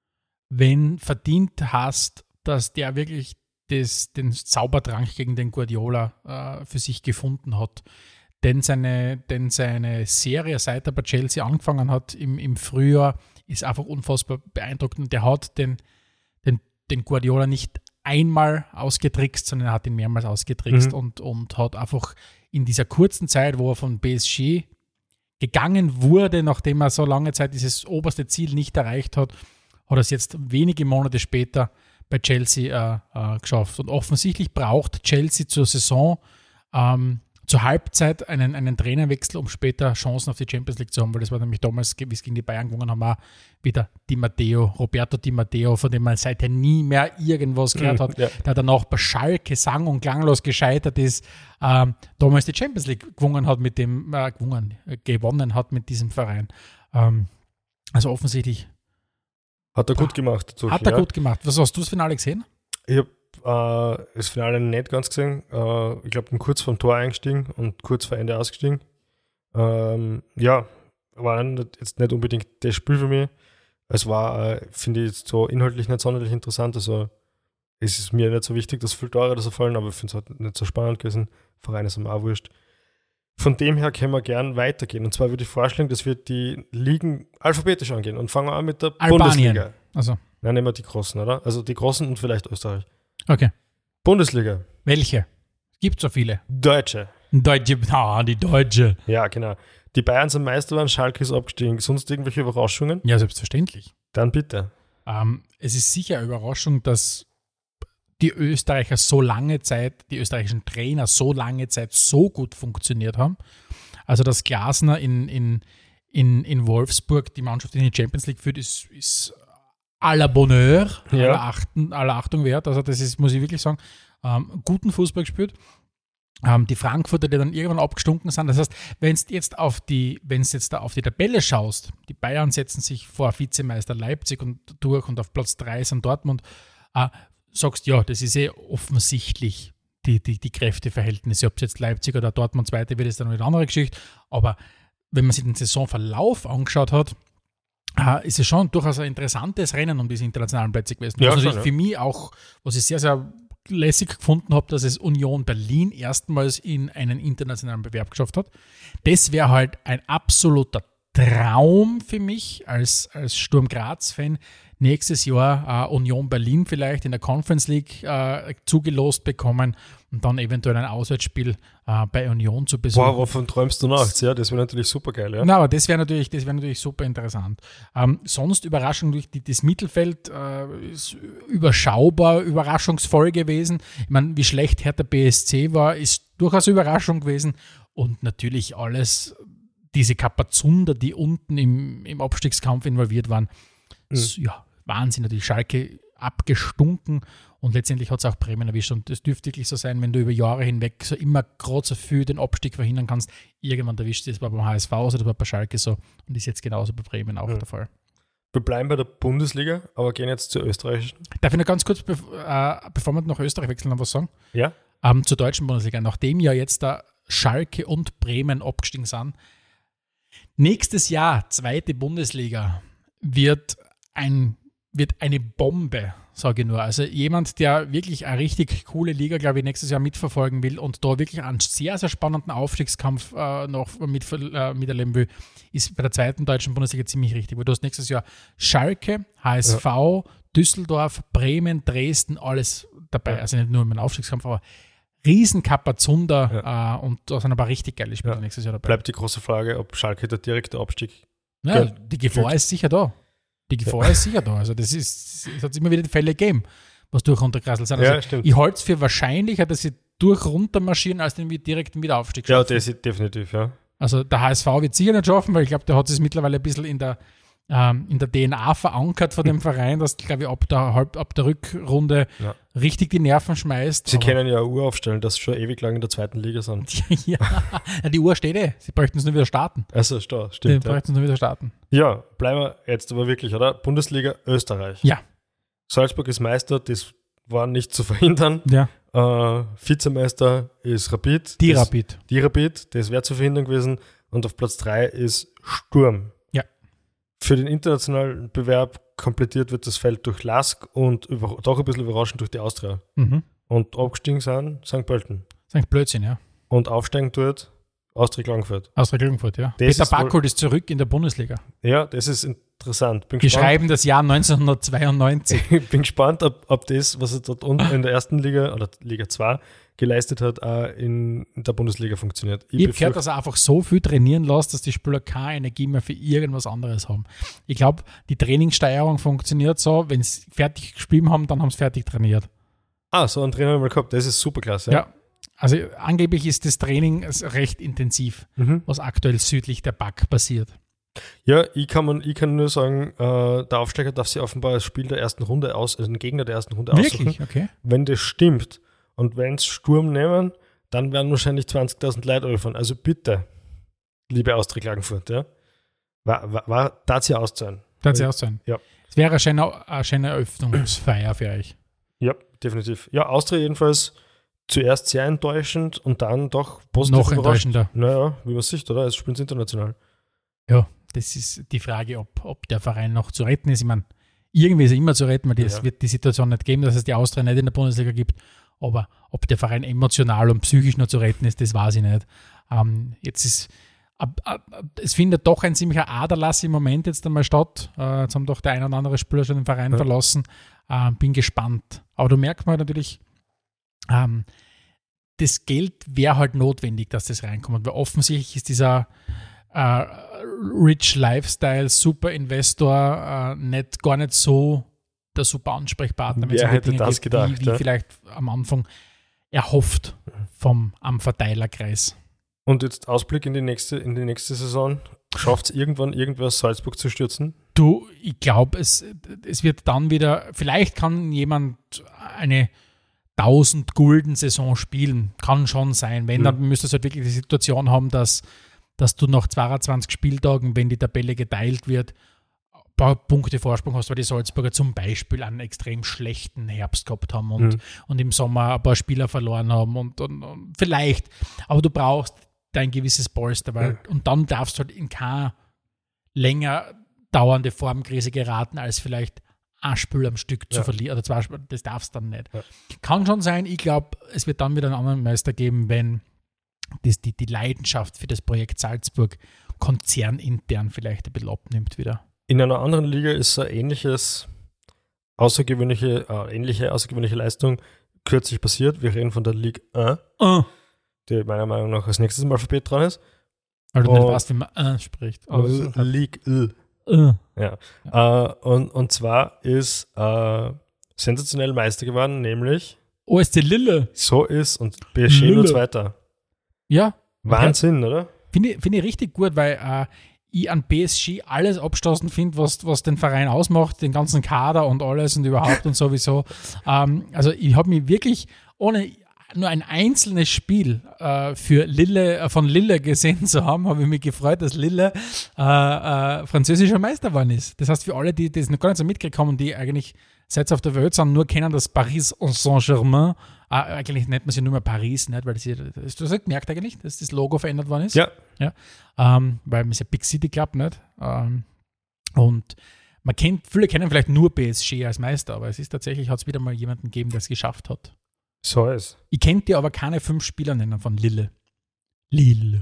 wenn verdient hast, dass der wirklich das, den Zaubertrank gegen den Guardiola äh, für sich gefunden hat. Denn seine, denn seine Serie, seit er bei Chelsea angefangen hat im, im Frühjahr, ist einfach unfassbar beeindruckend. Der hat den, den, den Guardiola nicht einmal ausgetrickst, sondern er hat ihn mehrmals ausgetrickst mhm. und, und hat einfach in dieser kurzen Zeit, wo er von P S G gegangen wurde, nachdem er so lange Zeit dieses oberste Ziel nicht erreicht hat, hat er es jetzt wenige Monate später bei Chelsea äh, äh, geschafft. Und offensichtlich braucht Chelsea zur Saison ähm, zur Halbzeit einen, einen Trainerwechsel, um später Chancen auf die Champions League zu haben, weil das war nämlich damals, wie es gegen die Bayern gewonnen haben, auch wieder Di Matteo, Roberto Di Matteo, von dem man seither nie mehr irgendwas gehört hat, ja. der danach bei Schalke sang- und klanglos gescheitert ist, ähm, damals die Champions League gewonnen hat mit dem, äh, gewonnen, äh, gewonnen hat mit diesem Verein. Ähm, also offensichtlich hat er gut gemacht. Durch, hat er ja. gut gemacht. Was hast du das Finale gesehen? Ich habe äh, das Finale nicht ganz gesehen. Äh, ich glaube, bin kurz vom Tor eingestiegen und kurz vor Ende ausgestiegen. Ähm, ja, war jetzt nicht unbedingt das Spiel für mich. Es war, äh, finde ich, jetzt so inhaltlich nicht sonderlich interessant. Also es ist mir nicht so wichtig, dass viele Tore da so fallen, aber ich finde es halt nicht so spannend gewesen. Verein ist mir auch wurscht. Von dem her können wir gern weitergehen. Und zwar würde ich vorschlagen, dass wir die Ligen alphabetisch angehen und fangen an mit der Albanien. Bundesliga. Also. Dann nehmen wir die Großen, oder? Also die Großen und vielleicht Österreich. Okay. Bundesliga. Welche? Gibt so viele. Deutsche. Deutsche, ah, die Deutsche. Ja, genau. Die Bayern sind Meister geworden, Schalke ist abgestiegen. Sonst irgendwelche Überraschungen? Ja, selbstverständlich. Dann bitte. Ähm, es ist sicher eine Überraschung, dass die Österreicher so lange Zeit, die österreichischen Trainer so lange Zeit so gut funktioniert haben. Also, dass Glasner in, in, in, in Wolfsburg die Mannschaft in die Champions League führt, ist, ist à la Bonheur, ja. aller, Achten, aller Achtung wert. Also, das ist, muss ich wirklich sagen, ähm, guten Fußball gespielt. Ähm, die Frankfurter, die dann irgendwann abgestunken sind. Das heißt, wenn du jetzt auf die, wenn du jetzt da auf die Tabelle schaust, die Bayern setzen sich vor Vizemeister Leipzig und durch und auf Platz drei sind Dortmund, äh, sagst, ja, das ist eh offensichtlich die, die, die Kräfteverhältnisse. Ob es jetzt Leipzig oder Dortmund Zweite wird, ist dann eine andere Geschichte. Aber wenn man sich den Saisonverlauf angeschaut hat, äh, ist es schon durchaus ein interessantes Rennen um diese internationalen Plätze gewesen. Ja, was schon, natürlich ja. für mich auch, was ich sehr, sehr lässig gefunden habe, dass es Union Berlin erstmals in einen internationalen Bewerb geschafft hat. Das wäre halt ein absoluter Traum für mich als, als Sturm Graz-Fan, nächstes Jahr äh, Union Berlin vielleicht in der Conference League äh, zugelost bekommen und dann eventuell ein Auswärtsspiel äh, bei Union zu besuchen. Boah, wovon träumst du nachts? Ja, das wäre natürlich super geil. Ja? Na, aber das wäre natürlich, das wäre natürlich super interessant. Ähm, sonst Überraschung durch die, das Mittelfeld äh, ist überschaubar, überraschungsvoll gewesen. Ich meine, wie schlecht Hertha B S C war, ist durchaus Überraschung gewesen und natürlich alles, diese Kapazunder, die unten im, im Abstiegskampf involviert waren, mhm. so, ja, Wahnsinn, natürlich Schalke abgestunken und letztendlich hat es auch Bremen erwischt und das dürfte wirklich so sein, wenn du über Jahre hinweg so immer gerade so viel den Abstieg verhindern kannst, irgendwann erwischt es. Das war beim H S V so, das war bei Schalke so und ist jetzt genauso bei Bremen auch mhm. der Fall. Wir bleiben bei der Bundesliga, aber gehen jetzt zur österreichischen. Darf ich noch ganz kurz, bev- äh, bevor wir nach Österreich wechseln, noch was sagen? Ja. Ähm, zur deutschen Bundesliga. Nachdem ja jetzt da Schalke und Bremen abgestiegen sind, nächstes Jahr, zweite Bundesliga, wird ein wird eine Bombe, sage ich nur. Also jemand, der wirklich eine richtig coole Liga, glaube ich, nächstes Jahr mitverfolgen will und da wirklich einen sehr, sehr spannenden Aufstiegskampf äh, noch mit, äh, miterleben will, ist bei der zweiten deutschen Bundesliga ziemlich richtig. Weil du hast nächstes Jahr Schalke, H S V, ja. Düsseldorf, Bremen, Dresden, alles dabei. Ja. Also nicht nur im Aufstiegskampf, aber Riesenkapazunder ja. äh, und da sind aber richtig geile Spiele ja. nächstes Jahr dabei. Bleibt die große Frage, ob Schalke der direkte Abstieg ja, die Gefahr ist sicher da. Die Gefahr ja. ist sicher da. Also das ist, es hat immer wieder die Fälle gegeben, was durch runtergerasselt sind. Also ja, stimmt. Ich halte es für wahrscheinlicher, dass sie durch runter marschieren, als den direkten Wiederaufstieg ja, schaffen. Ja, das ist definitiv, ja. Also der H S V wird sicher nicht schaffen, weil ich glaube, der hat es mittlerweile ein bisschen in der, ähm, in der D N A verankert von dem Verein, dass, glaube ich, ab der, halb, ab der Rückrunde ja. richtig die Nerven schmeißt. Sie aber können ja eine Uhr aufstellen, dass sie schon ewig lang in der zweiten Liga sind. ja, die Uhr steht eh. Sie bräuchten es nur wieder starten. Also, stimmt. Sie bräuchten es nur wieder starten. Ja, bleiben wir jetzt aber wirklich, oder? Bundesliga Österreich. Ja. Salzburg ist Meister, das war nicht zu verhindern. Ja. Äh, Vizemeister ist Rapid. Die das, Rapid. Die Rapid, das wäre zu verhindern gewesen. Und auf Platz drei ist Sturm. Ja. Für den internationalen Bewerb komplettiert wird das Feld durch Lask und über, doch ein bisschen überraschend durch die Austria. Mhm. Und abgestiegen sind Sankt Pölten. Sankt Blödsinn, ja. Und aufsteigen tut Austria Klagenfurt. Austria Klagenfurt, ja. Das Peter ist wohl- Backholt ist zurück in der Bundesliga. Ja, das ist interessant. Bin Wir gespannt, schreiben das Jahr neunzehnhundertzweiundneunzig. ich bin gespannt, ob, ob das, was er dort unten in der ersten Liga oder Liga zwei geleistet hat, auch in der Bundesliga funktioniert. Ich habe befürchte- gehört, dass er einfach so viel trainieren lässt, dass die Spieler keine Energie mehr für irgendwas anderes haben. Ich glaube, die Trainingssteuerung funktioniert so, wenn sie fertig gespielt haben, dann haben sie fertig trainiert. Ah, so einen Trainer haben wir mal gehabt. Das ist super klasse. Ja. Also angeblich ist das Training recht intensiv, Mhm. was aktuell südlich der Back passiert. Ja, ich kann, man, ich kann nur sagen, äh, der Aufsteiger darf sich offenbar das Spiel der ersten Runde aus, also den Gegner der ersten Runde aussuchen. Wirklich? Okay. Wenn das stimmt und wenn es Sturm nehmen, dann werden wahrscheinlich zwanzigtausend Leute öffnen. Also bitte, liebe Austria Klagenfurt, ja, war, war, war das ja auszahlen. Das auch sein. Ja. Es wäre eine schöne, eine schöne Eröffnungsfeier für euch. Ja, definitiv. Ja, Austria jedenfalls zuerst sehr enttäuschend und dann doch positiv Noch überrascht. enttäuschender. Naja, wie man sieht, oder? Es spielt international. Ja, das ist die Frage, ob, ob der Verein noch zu retten ist. Ich meine, irgendwie ist er immer zu retten, weil es Ja. wird die Situation nicht geben, dass es die Austria nicht in der Bundesliga gibt. Aber ob der Verein emotional und psychisch noch zu retten ist, das weiß ich nicht. Ähm, jetzt ist, ab, ab, es findet doch ein ziemlicher Aderlass im Moment jetzt einmal statt. Äh, jetzt haben doch der ein oder andere Spieler schon den Verein Ja. verlassen. Äh, bin gespannt. Aber du merkst mal natürlich, ähm, das Geld wäre halt notwendig, dass das reinkommt. Weil offensichtlich ist dieser äh, Rich Lifestyle, Super Investor, äh, nicht, gar nicht so der super Ansprechpartner. wenn es Wer um die hätte Dinge das geht, gedacht, Wie, wie ja? vielleicht am Anfang erhofft vom, am Verteilerkreis. Und jetzt Ausblick in die nächste, in die nächste Saison. Schafft es irgendwann irgendwer Salzburg zu stürzen? Du, ich glaube, es, es wird dann wieder, vielleicht kann jemand eine tausend Gulden Saison spielen. Kann schon sein. Wenn, Mhm. dann müsstest du halt wirklich die Situation haben, dass, dass du nach zweiundzwanzig Spieltagen, wenn die Tabelle geteilt wird, ein paar Punkte Vorsprung hast, weil die Salzburger zum Beispiel einen extrem schlechten Herbst gehabt haben und, Mhm. und im Sommer ein paar Spieler verloren haben und, und, und vielleicht, aber du brauchst dein gewisses Polster, weil, Mhm. und dann darfst du halt in keine länger dauernde Formkrise geraten, als vielleicht ein Spiel am Stück zu Ja. verlieren oder zwei Spiele, das darfst du dann nicht. Ja. Kann schon sein, ich glaube, es wird dann wieder einen anderen Meister geben, wenn das, die, die Leidenschaft für das Projekt Salzburg konzernintern vielleicht ein bisschen abnimmt wieder. In einer anderen Liga ist so ein ähnliches, außergewöhnliche, äh, ähnliche außergewöhnliche Leistung kürzlich passiert. Wir reden von der Ligue eins, Uh, die meiner Meinung nach als nächstes im Alphabet dran ist. weil du nicht Oh. weißt, wie man uh spricht. Aber es ist halt, Ligue L. uh. Ja. Äh, und, und zwar ist äh, sensationell Meister geworden, nämlich O S C Lille. so ist und P S G nur Lille. Zweiter. Ja, Wahnsinn, oder? finde ich, find ich richtig gut, weil äh, ich an P S G alles abstoßen finde, was, was den Verein ausmacht, den ganzen Kader und alles und überhaupt und sowieso. Ähm, also ich habe mich wirklich ohne nur ein einzelnes Spiel äh, für Lille, äh, von Lille gesehen zu haben, habe ich mich gefreut, dass Lille äh, äh, französischer Meister geworden ist. Das heißt, für alle, die das noch gar nicht so mitgekriegt haben und die eigentlich seit sie auf der Welt sind, nur kennen, dass Paris Saint-Germain, äh, eigentlich nennt man sie nur mehr Paris, nicht? Weil das, hier, das, du hast gemerkt eigentlich, dass das Logo verändert worden ist. Ja. Ja, ähm, weil man ist ja Big City Club, nicht? Ähm, und man kennt, viele kennen vielleicht nur P S G als Meister, aber es ist tatsächlich, hat es wieder mal jemanden gegeben, der es geschafft hat. So ist. Ich könnte dir aber keine fünf Spieler nennen von Lille. Lille.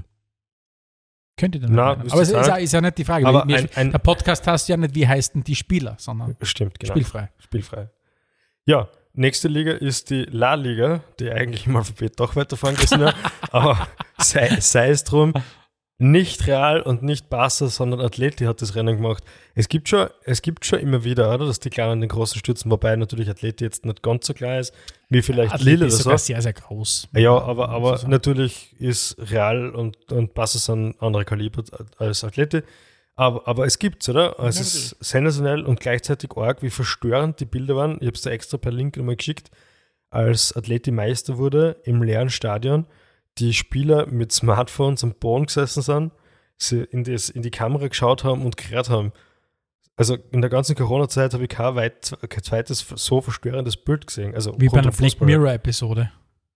Könnt ihr denn Na, nennen? wüsste Aber es ich ist, nicht. ja, ist ja nicht die Frage. Aber weil mir- ein- ein- der Podcast heißt ja nicht, wie heißen die Spieler, sondern Stimmt, genau. spielfrei. Spielfrei. Ja, nächste Liga ist die La Liga, die eigentlich im Alphabet doch weiterfahren müssen. Ja. Aber sei, sei es drum, nicht Real und nicht Barca, sondern Atleti hat das Rennen gemacht. Es gibt schon, es gibt schon immer wieder, oder, dass die Kleinen den Großen stürzen, wobei natürlich Atleti jetzt nicht ganz so klar ist, wie vielleicht Atleti Lille ist oder sogar so. sehr, sehr groß. Ja, aber, aber Also, natürlich ist Real und, und Barca sind andere Kaliber als Atleti. Aber, aber es gibt's, oder? Es Ja, ist sensationell und gleichzeitig arg, wie verstörend die Bilder waren. Ich habe es da extra per Link nochmal geschickt, als Atleti Meister wurde im leeren Stadion, die Spieler mit Smartphones am Boden gesessen sind, sie in, das, in die Kamera geschaut haben und gerät haben. Also in der ganzen Corona-Zeit habe ich kein, weit, kein zweites so verstörendes Bild gesehen. Also wie bei rund einer um Black Fußball. Mirror-Episode.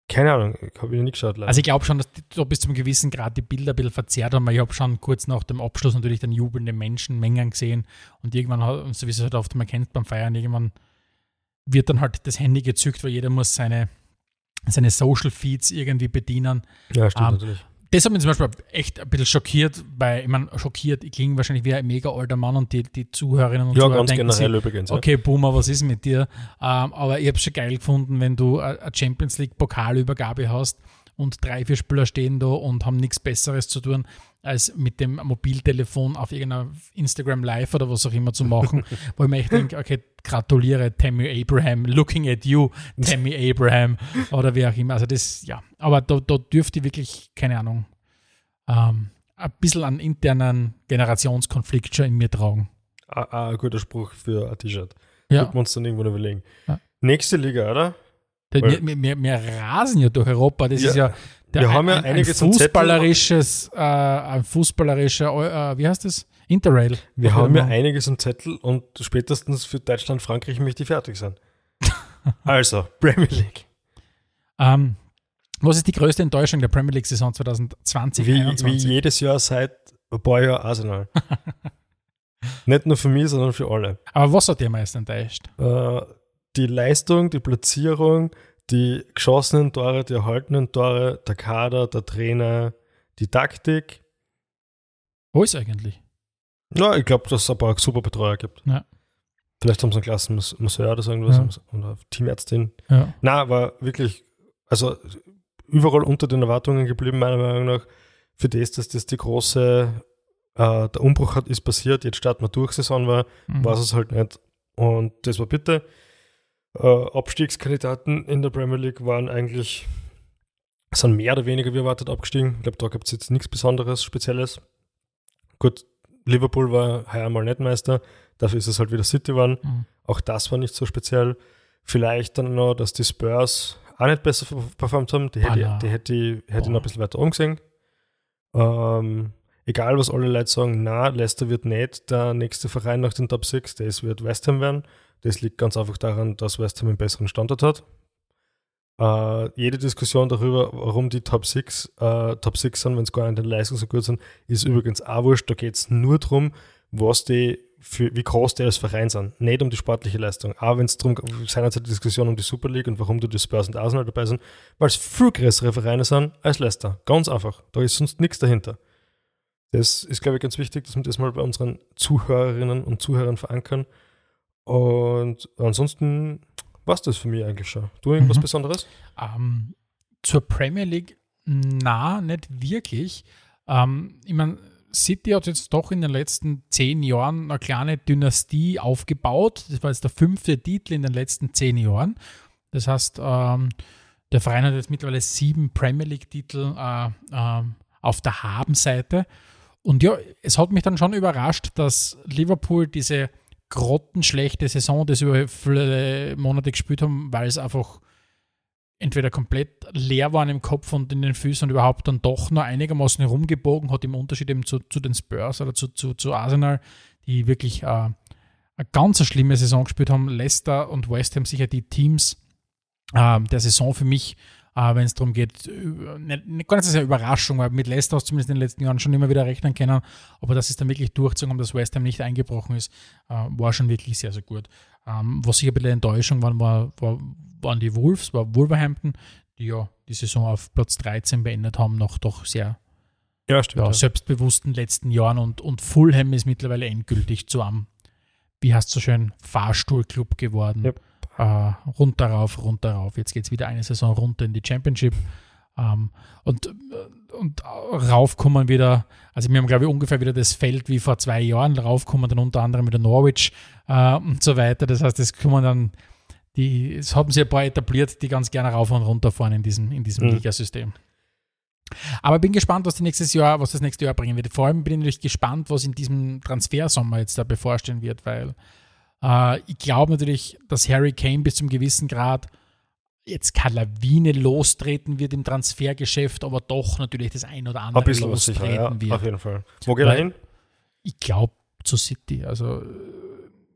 Keine Ahnung, habe ich nicht geschaut. Leider. Also ich glaube schon, dass die, so bis zum gewissen Grad die Bilder ein bisschen verzerrt haben. Ich habe schon kurz nach dem Abschluss natürlich dann jubelnde Menschenmengen gesehen und irgendwann, hat, so wie es halt oft man kennt beim Feiern, irgendwann wird dann halt das Handy gezückt, weil jeder muss seine, seine Social Feeds irgendwie bedienen. Ja, stimmt ähm, natürlich. Das hat mich zum Beispiel echt ein bisschen schockiert, weil, ich meine, schockiert, ich klinge wahrscheinlich wie ein mega alter Mann und die, die Zuhörerinnen und Ja, Zuhörer ganz denken generell sich, übrigens. okay, Boomer, was ist mit dir? Ähm, aber ich habe es schon geil gefunden, wenn du eine Champions League Pokalübergabe hast und drei, vier Spieler stehen da und haben nichts Besseres zu tun, als mit dem Mobiltelefon auf irgendeiner Instagram Live oder was auch immer zu machen, wo ich mir echt denke, okay, gratuliere Tammy Abraham, looking at you, Tammy Abraham oder wie auch immer. Also das, ja, aber da, da dürfte ich wirklich, keine Ahnung, ähm, ein bisschen an internen Generationskonflikt schon in mir tragen. Ah, ah, ein guter Spruch für ein T-Shirt. Ja. Wird man uns dann irgendwo noch überlegen. Ja. Nächste Liga, oder? Wir, Weil- wir, wir, wir rasen ja durch Europa. Das Ja. ist ja, der, Wir haben ja ein, ein einiges am Zettel. fußballerisches, äh, ein fußballerischer, äh, wie heißt das? Interrail. Wir Was haben ja immer. einiges am Zettel und spätestens für Deutschland, Frankreich möchte ich fertig sein. Also, Premier League. Ähm, was ist die größte Enttäuschung der Premier League-Saison zwanzig zwanzig? Wie, wie einundzwanzig? jedes Jahr seit ein paar Jahren Arsenal. Nicht nur für mich, sondern für alle. Aber was hat dir am meisten enttäuscht? Äh, die Leistung, die Platzierung, die geschossenen Tore, die erhaltenen Tore, der Kader, der Trainer, die Taktik. Wo ist eigentlich? Ja, ich glaube, dass es ein paar super Betreuer gibt. Ja. Vielleicht haben sie einen Klassenmasseur oder so irgendwas. Ja. Oder Teamärztin. Ja. Na, aber wirklich, also überall unter den Erwartungen geblieben, meiner Meinung nach, für das, dass das die große, äh, der Umbruch hat, ist passiert, jetzt starten wir durch, Saison war, Mhm. war es halt nicht. Und das war bitte. Äh, Abstiegskandidaten in der Premier League waren eigentlich, sind mehr oder weniger wie erwartet abgestiegen. Ich glaube, da gibt es jetzt nichts Besonderes, Spezielles. Gut, Liverpool war heuer mal nicht Meister, dafür ist es halt wieder City geworden. Mhm. Auch das war nicht so speziell. Vielleicht dann noch, dass die Spurs auch nicht besser performt haben. Die hätte, Boah, die hätte, die hätte ich Boah. noch ein bisschen weiter umgesehen. Ähm, egal, was alle Leute sagen, na, Leicester wird nicht der nächste Verein nach den Top sechs, das wird West Ham werden. Das liegt ganz einfach daran, dass West Ham einen besseren Standort hat. Äh, jede Diskussion darüber, warum die Top sechs äh, Top sechs sind, wenn es gar nicht in der Leistung so gut sind, ist übrigens auch wurscht. Da geht es nur darum, was die für, wie groß die als Verein sind. Nicht um die sportliche Leistung. Auch wenn es darum geht, seinerzeit die Diskussion um die Super League und warum die Spurs und Arsenal dabei sind, weil es viel größere Vereine sind als Leicester. Ganz einfach. Da ist sonst nichts dahinter. Das ist, glaube ich, ganz wichtig, dass wir das mal bei unseren Zuhörerinnen und Zuhörern verankern. Und ansonsten war es das für mich eigentlich schon. Du irgendwas Mhm. Besonderes? Ähm, zur Premier League, na, nicht wirklich. Ähm, ich meine, City hat jetzt doch in den letzten zehn Jahren eine kleine Dynastie aufgebaut. Das war jetzt der fünfte Titel in den letzten zehn Jahren. Das heißt, ähm, der Verein hat jetzt mittlerweile sieben Premier League-Titel äh, ähm, auf der Habenseite. Und ja, es hat mich dann schon überrascht, dass Liverpool diese grottenschlechte Saison, das über viele Monate gespielt haben, weil es einfach entweder komplett leer waren im Kopf und in den Füßen und überhaupt dann doch noch einigermaßen herumgebogen hat, im Unterschied eben zu, zu den Spurs oder zu, zu, zu Arsenal, die wirklich äh, eine ganz schlimme Saison gespielt haben. Leicester und West Ham sicher die Teams äh, der Saison für mich, äh, wenn es darum geht, äh, nicht, nicht gar nicht so eine Überraschung, weil mit Leicester hast du zumindest in den letzten Jahren schon immer wieder rechnen können, aber dass es dann wirklich durchzogen haben, dass West Ham nicht eingebrochen ist, äh, war schon wirklich sehr, sehr gut. Ähm, was sicher ein bisschen Enttäuschung war, war, war waren die Wolves, war Wolverhampton, die ja die Saison auf Platz dreizehn beendet haben, nach doch sehr Ja, stimmt. ja, Ja. selbstbewussten letzten Jahren und, und Fulham ist mittlerweile endgültig zu einem, wie heißt es so schön, Fahrstuhlclub geworden. Yep. Äh, runter rauf, runter rauf. Jetzt geht es wieder eine Saison runter in die Championship. Ähm, und, und raufkommen wieder, also wir haben glaube ich ungefähr wieder das Feld wie vor zwei Jahren, raufkommen dann unter anderem wieder Norwich äh, und so weiter. Das heißt, es kommen dann Die, es haben sich ein paar etabliert, die ganz gerne rauf und runter fahren in diesem, in diesem Mhm. Ligasystem. Aber ich bin gespannt, was, die nächstes Jahr, was das nächste Jahr bringen wird. Vor allem bin ich natürlich gespannt, was in diesem Transfersommer jetzt da bevorstehen wird, weil äh, ich glaube natürlich, dass Harry Kane bis zum gewissen Grad jetzt keine Lawine lostreten wird im Transfergeschäft, aber doch natürlich das ein oder andere Ein bisschen was lostreten sicher, ja, wird. auf jeden Fall. Wo geht er Weil- hin? Ich glaube zu City. Also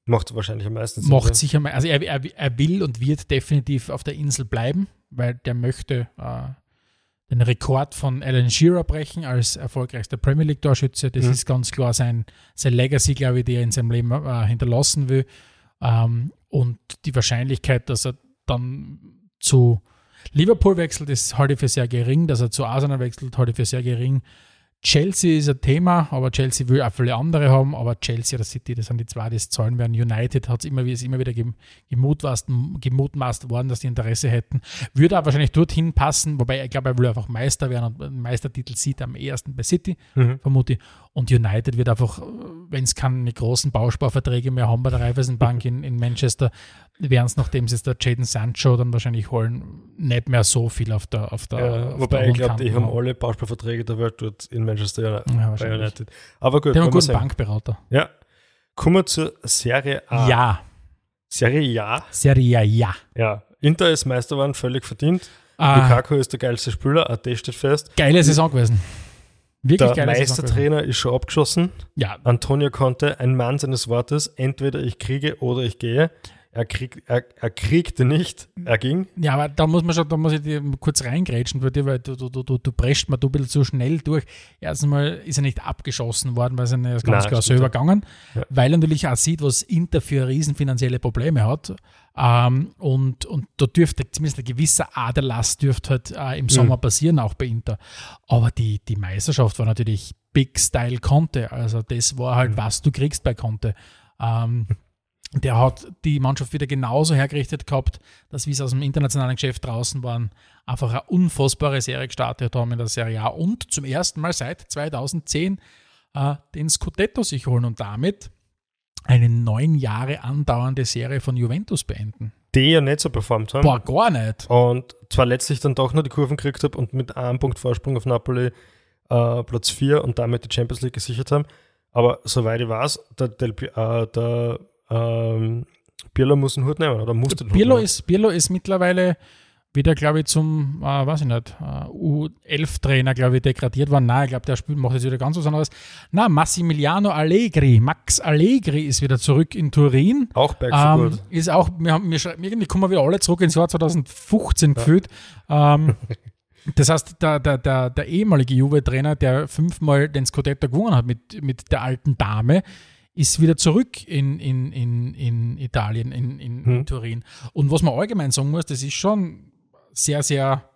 Macht wahrscheinlich am meisten Sinn. Macht ja. sicher mal, also er, er, er will und wird definitiv auf der Insel bleiben, weil der möchte äh, den Rekord von Alan Shearer brechen als erfolgreichster Premier League-Torschütze. Das mhm. ist ganz klar sein, sein Legacy, glaube ich, die er in seinem Leben äh, hinterlassen will. Ähm, und die Wahrscheinlichkeit, dass er dann zu Liverpool wechselt, ist halte ich für sehr gering. Dass er zu Arsenal wechselt, halte ich für sehr gering. Chelsea ist ein Thema, aber Chelsea will auch viele andere haben, aber Chelsea oder City, das sind die zwei, die es zahlen werden. United hat es immer, ist immer wieder gemutmaßt, gemutmaßt worden, dass die Interesse hätten. Würde auch wahrscheinlich dorthin passen, wobei ich glaube, er will einfach Meister werden und einen Meistertitel sieht am ehesten bei City, mhm. vermute ich. Und United wird einfach, wenn es keine großen Bausparverträge mehr haben bei der Raiffeisenbank in, in Manchester, werden es, nachdem sie jetzt der Jadon Sancho dann wahrscheinlich holen, nicht mehr so viel auf der auf der ja, auf wobei der ich glaube, Hohen die Kante haben alle Bausparverträge der Welt dort in Manchester Ja, bei United. Aber gut, Die haben einen wollen wir guten sehen. Bankberater. Ja. Kommen wir zur Serie A. Ja. Serie Ja. Serie ja. Ja. Inter ist Meister geworden, völlig verdient. Ah, Lukaku ist der geilste Spieler, auch das steht fest. geile Saison gewesen. Wirklich Der geile Saison gewesen. Meistertrainer ist schon abgeschossen. Ja, Antonio Conte, ein Mann seines Wortes, entweder ich kriege oder ich gehe. Er, krieg, er, er kriegte nicht, er ging. ja, aber da muss man schon, da muss ich dir kurz reingrätschen, weil du, du, du, du, du prescht mir du ein bisschen zu schnell durch. Erstens mal ist er nicht abgeschossen worden, weil es ist ganz Nein, klar stimmt, selber ja. gegangen, Ja. weil er natürlich auch sieht, was Inter für riesen finanzielle Probleme hat. Ähm, und, und da dürfte zumindest ein gewisser Aderlass dürfte halt äh, im Sommer Mhm. passieren, auch bei Inter. Aber die, die Meisterschaft war natürlich Big Style Conte. Also das war halt, Mhm. was du kriegst bei Conte. Ähm, Der hat die Mannschaft wieder genauso hergerichtet gehabt, dass wie es aus dem internationalen Geschäft draußen waren, einfach eine unfassbare Serie gestartet haben in der Serie A und zum ersten Mal seit zweitausendzehn äh, den Scudetto sich holen und damit eine neun Jahre andauernde Serie von Juventus beenden. Die ja nicht so performt haben. Boah, gar nicht. Und zwar letztlich dann doch noch die Kurven gekriegt habe und mit einem Punkt Vorsprung auf Napoli äh, Platz vier und damit die Champions League gesichert haben. Aber soweit ich weiß, der, Del, äh, der ähm, Pirlo muss den Hut nehmen, oder musste den Hut Pirlo nehmen. ist, Pirlo ist mittlerweile wieder, glaube ich, zum, äh, weiß ich nicht, äh, U elf Trainer, glaube ich, degradiert worden. Nein, ich glaube, der Spiel macht jetzt wieder ganz was anderes. Na, Massimiliano Allegri, Max Allegri ist wieder zurück in Turin. Auch Berg für Ähm, gut. ist auch, wir haben, wir, schrei- irgendwie kommen wir alle zurück ins Jahr zweitausendfünfzehn gefühlt. Ähm, das heißt, der, der, der, der ehemalige Juve-Trainer, der fünfmal den Scudetto gewonnen hat mit, mit der alten Dame, ist wieder zurück in, in, in, in Italien, in, in, Hm. in Turin. Und was man allgemein sagen muss, das ist schon sehr, sehr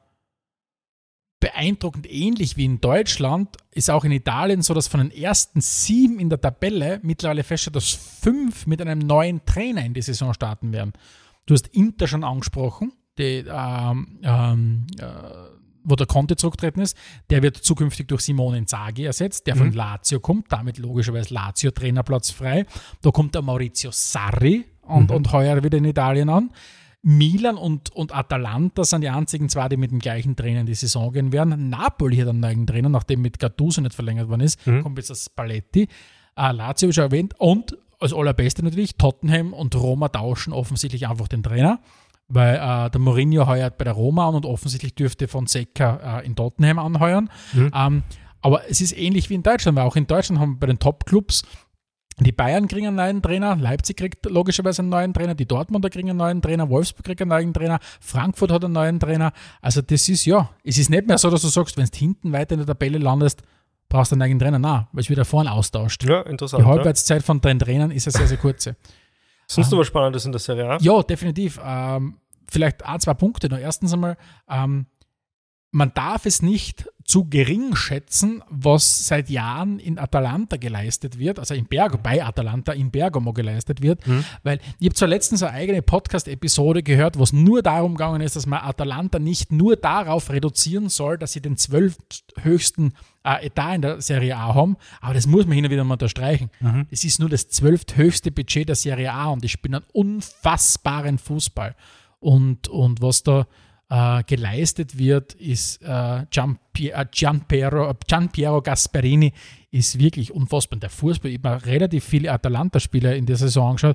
beeindruckend ähnlich wie in Deutschland, ist auch in Italien so, dass von den ersten sieben in der Tabelle mittlerweile feststeht, dass fünf mit einem neuen Trainer in die Saison starten werden. Du hast Inter schon angesprochen, die, ähm, ähm, äh, wo der Conte zurückgetreten ist. Der wird zukünftig durch Simone Inzaghi ersetzt, der von Mhm. Lazio kommt, damit logischerweise Lazio-Trainerplatz frei. Da kommt der Maurizio Sarri und, Mhm. und heuer wieder in Italien an. Milan und, und Atalanta sind die einzigen zwei, die mit dem gleichen Trainer in die Saison gehen werden. Napoli hat einen neuen Trainer, nachdem mit Gattuso nicht verlängert worden ist, Mhm. kommt jetzt das Spalletti. Äh, Lazio habe ich schon erwähnt. Und als allerbeste natürlich, Tottenham und Roma tauschen offensichtlich einfach den Trainer, weil äh, der Mourinho heuert bei der Roma an und offensichtlich dürfte Fonseca äh, in Tottenham anheuern. Mhm. Ähm, aber es ist ähnlich wie in Deutschland, weil auch in Deutschland haben wir bei den Top-Clubs die Bayern kriegen einen neuen Trainer, Leipzig kriegt logischerweise einen neuen Trainer, die Dortmunder kriegen einen neuen Trainer, Wolfsburg kriegt einen neuen Trainer, Frankfurt hat einen neuen Trainer. Also das ist, ja, es ist nicht mehr so, dass du sagst, wenn du hinten weiter in der Tabelle landest, brauchst du einen eigenen Trainer. Nein, weil es wieder vorne austauscht. Ja, interessant. Die Ja. Halbwertszeit von den Trainern ist ja sehr, sehr kurze. Sonst Ah. aber Spannendes in der Serie A? Ja, definitiv. Ähm, vielleicht auch zwei Punkte noch. Erstens einmal, ähm, man darf es nicht zu gering schätzen, was seit Jahren in Atalanta geleistet wird, also in Bergamo, bei Atalanta in Bergamo geleistet wird, Mhm. weil ich habe zwar letztens eine eigene Podcast-Episode gehört, wo es nur darum gegangen ist, dass man Atalanta nicht nur darauf reduzieren soll, dass sie den zwölfthöchsten äh, Etat in der Serie A haben, aber das muss man hin und wieder mal unterstreichen. Mhm. Es ist nur das zwölfthöchste Budget der Serie A und die spielen einen unfassbaren Fußball. Und, und was da äh, geleistet wird, ist äh, Gianpi- äh, Gianpiero, Gianpiero Gasperini ist wirklich unfassbar. Und der Fußball, ich habe mir relativ viele Atalanta-Spieler in der Saison angeschaut.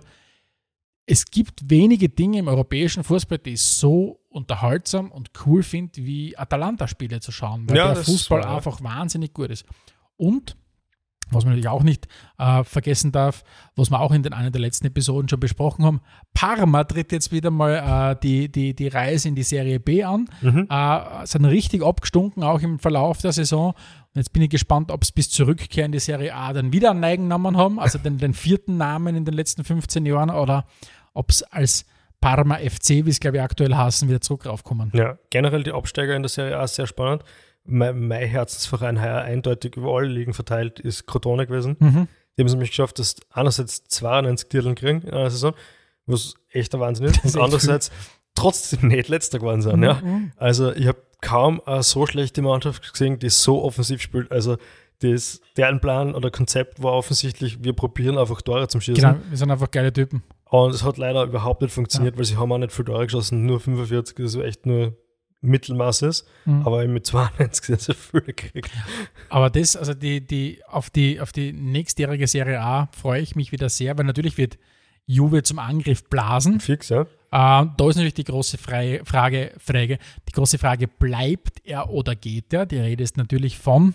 Es gibt wenige Dinge im europäischen Fußball, die ich so unterhaltsam und cool finde, wie Atalanta-Spiele zu schauen, weil Ja, der das Fußball war- einfach wahnsinnig gut ist. Und Was man natürlich auch nicht äh, vergessen darf, was wir auch in den einer der letzten Episoden schon besprochen haben, Parma tritt jetzt wieder mal äh, die, die, die Reise in die Serie B an. Mhm. Äh, sind richtig abgestunken, auch im Verlauf der Saison. Und jetzt bin ich gespannt, ob es bis zur Rückkehr in die Serie A dann wieder einen Eigennamen haben, also den, den vierten Namen in den letzten fünfzehn Jahren, oder ob es als Parma F C, wie es glaube ich aktuell heißen, wieder zurück raufkommen. Ja, generell die Absteiger in der Serie A ist sehr spannend. Mein, mein Herzensverein heuer eindeutig über alle Ligen verteilt ist Crotone gewesen. Mhm. Die haben es nämlich geschafft, dass einerseits zweiundneunzig Titeln kriegen in einer Saison, was echt der Wahnsinn ist, und andererseits viel. Trotzdem nicht letzter geworden sind. Mhm. Ja. Also ich habe kaum eine so schlechte Mannschaft gesehen, die so offensiv spielt. Also das, deren Plan oder Konzept war offensichtlich, wir probieren einfach Tore zum Schießen. Genau, wir sind einfach geile Typen. Und es hat leider überhaupt nicht funktioniert, ja. weil sie haben auch nicht viel Tore geschossen, nur fünfundvierzig, das ist echt nur Mittelmaß ist, mhm. aber mit zweiundneunzig sehr, sehr viel gekriegt. Aber das, also die, die, auf die, auf die nächstjährige Serie A freue ich mich wieder sehr, weil natürlich wird Juve zum Angriff blasen. Fix, ja. Äh, da ist natürlich die große Frage, Frage, Frage, die große Frage, bleibt er oder geht er? Die Rede ist natürlich von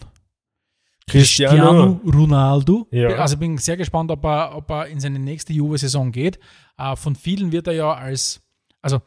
Cristiano, Cristiano Ronaldo. Ja. Also bin sehr gespannt, ob er, ob er in seine nächste Juve-Saison geht. Äh, von vielen wird er ja als, also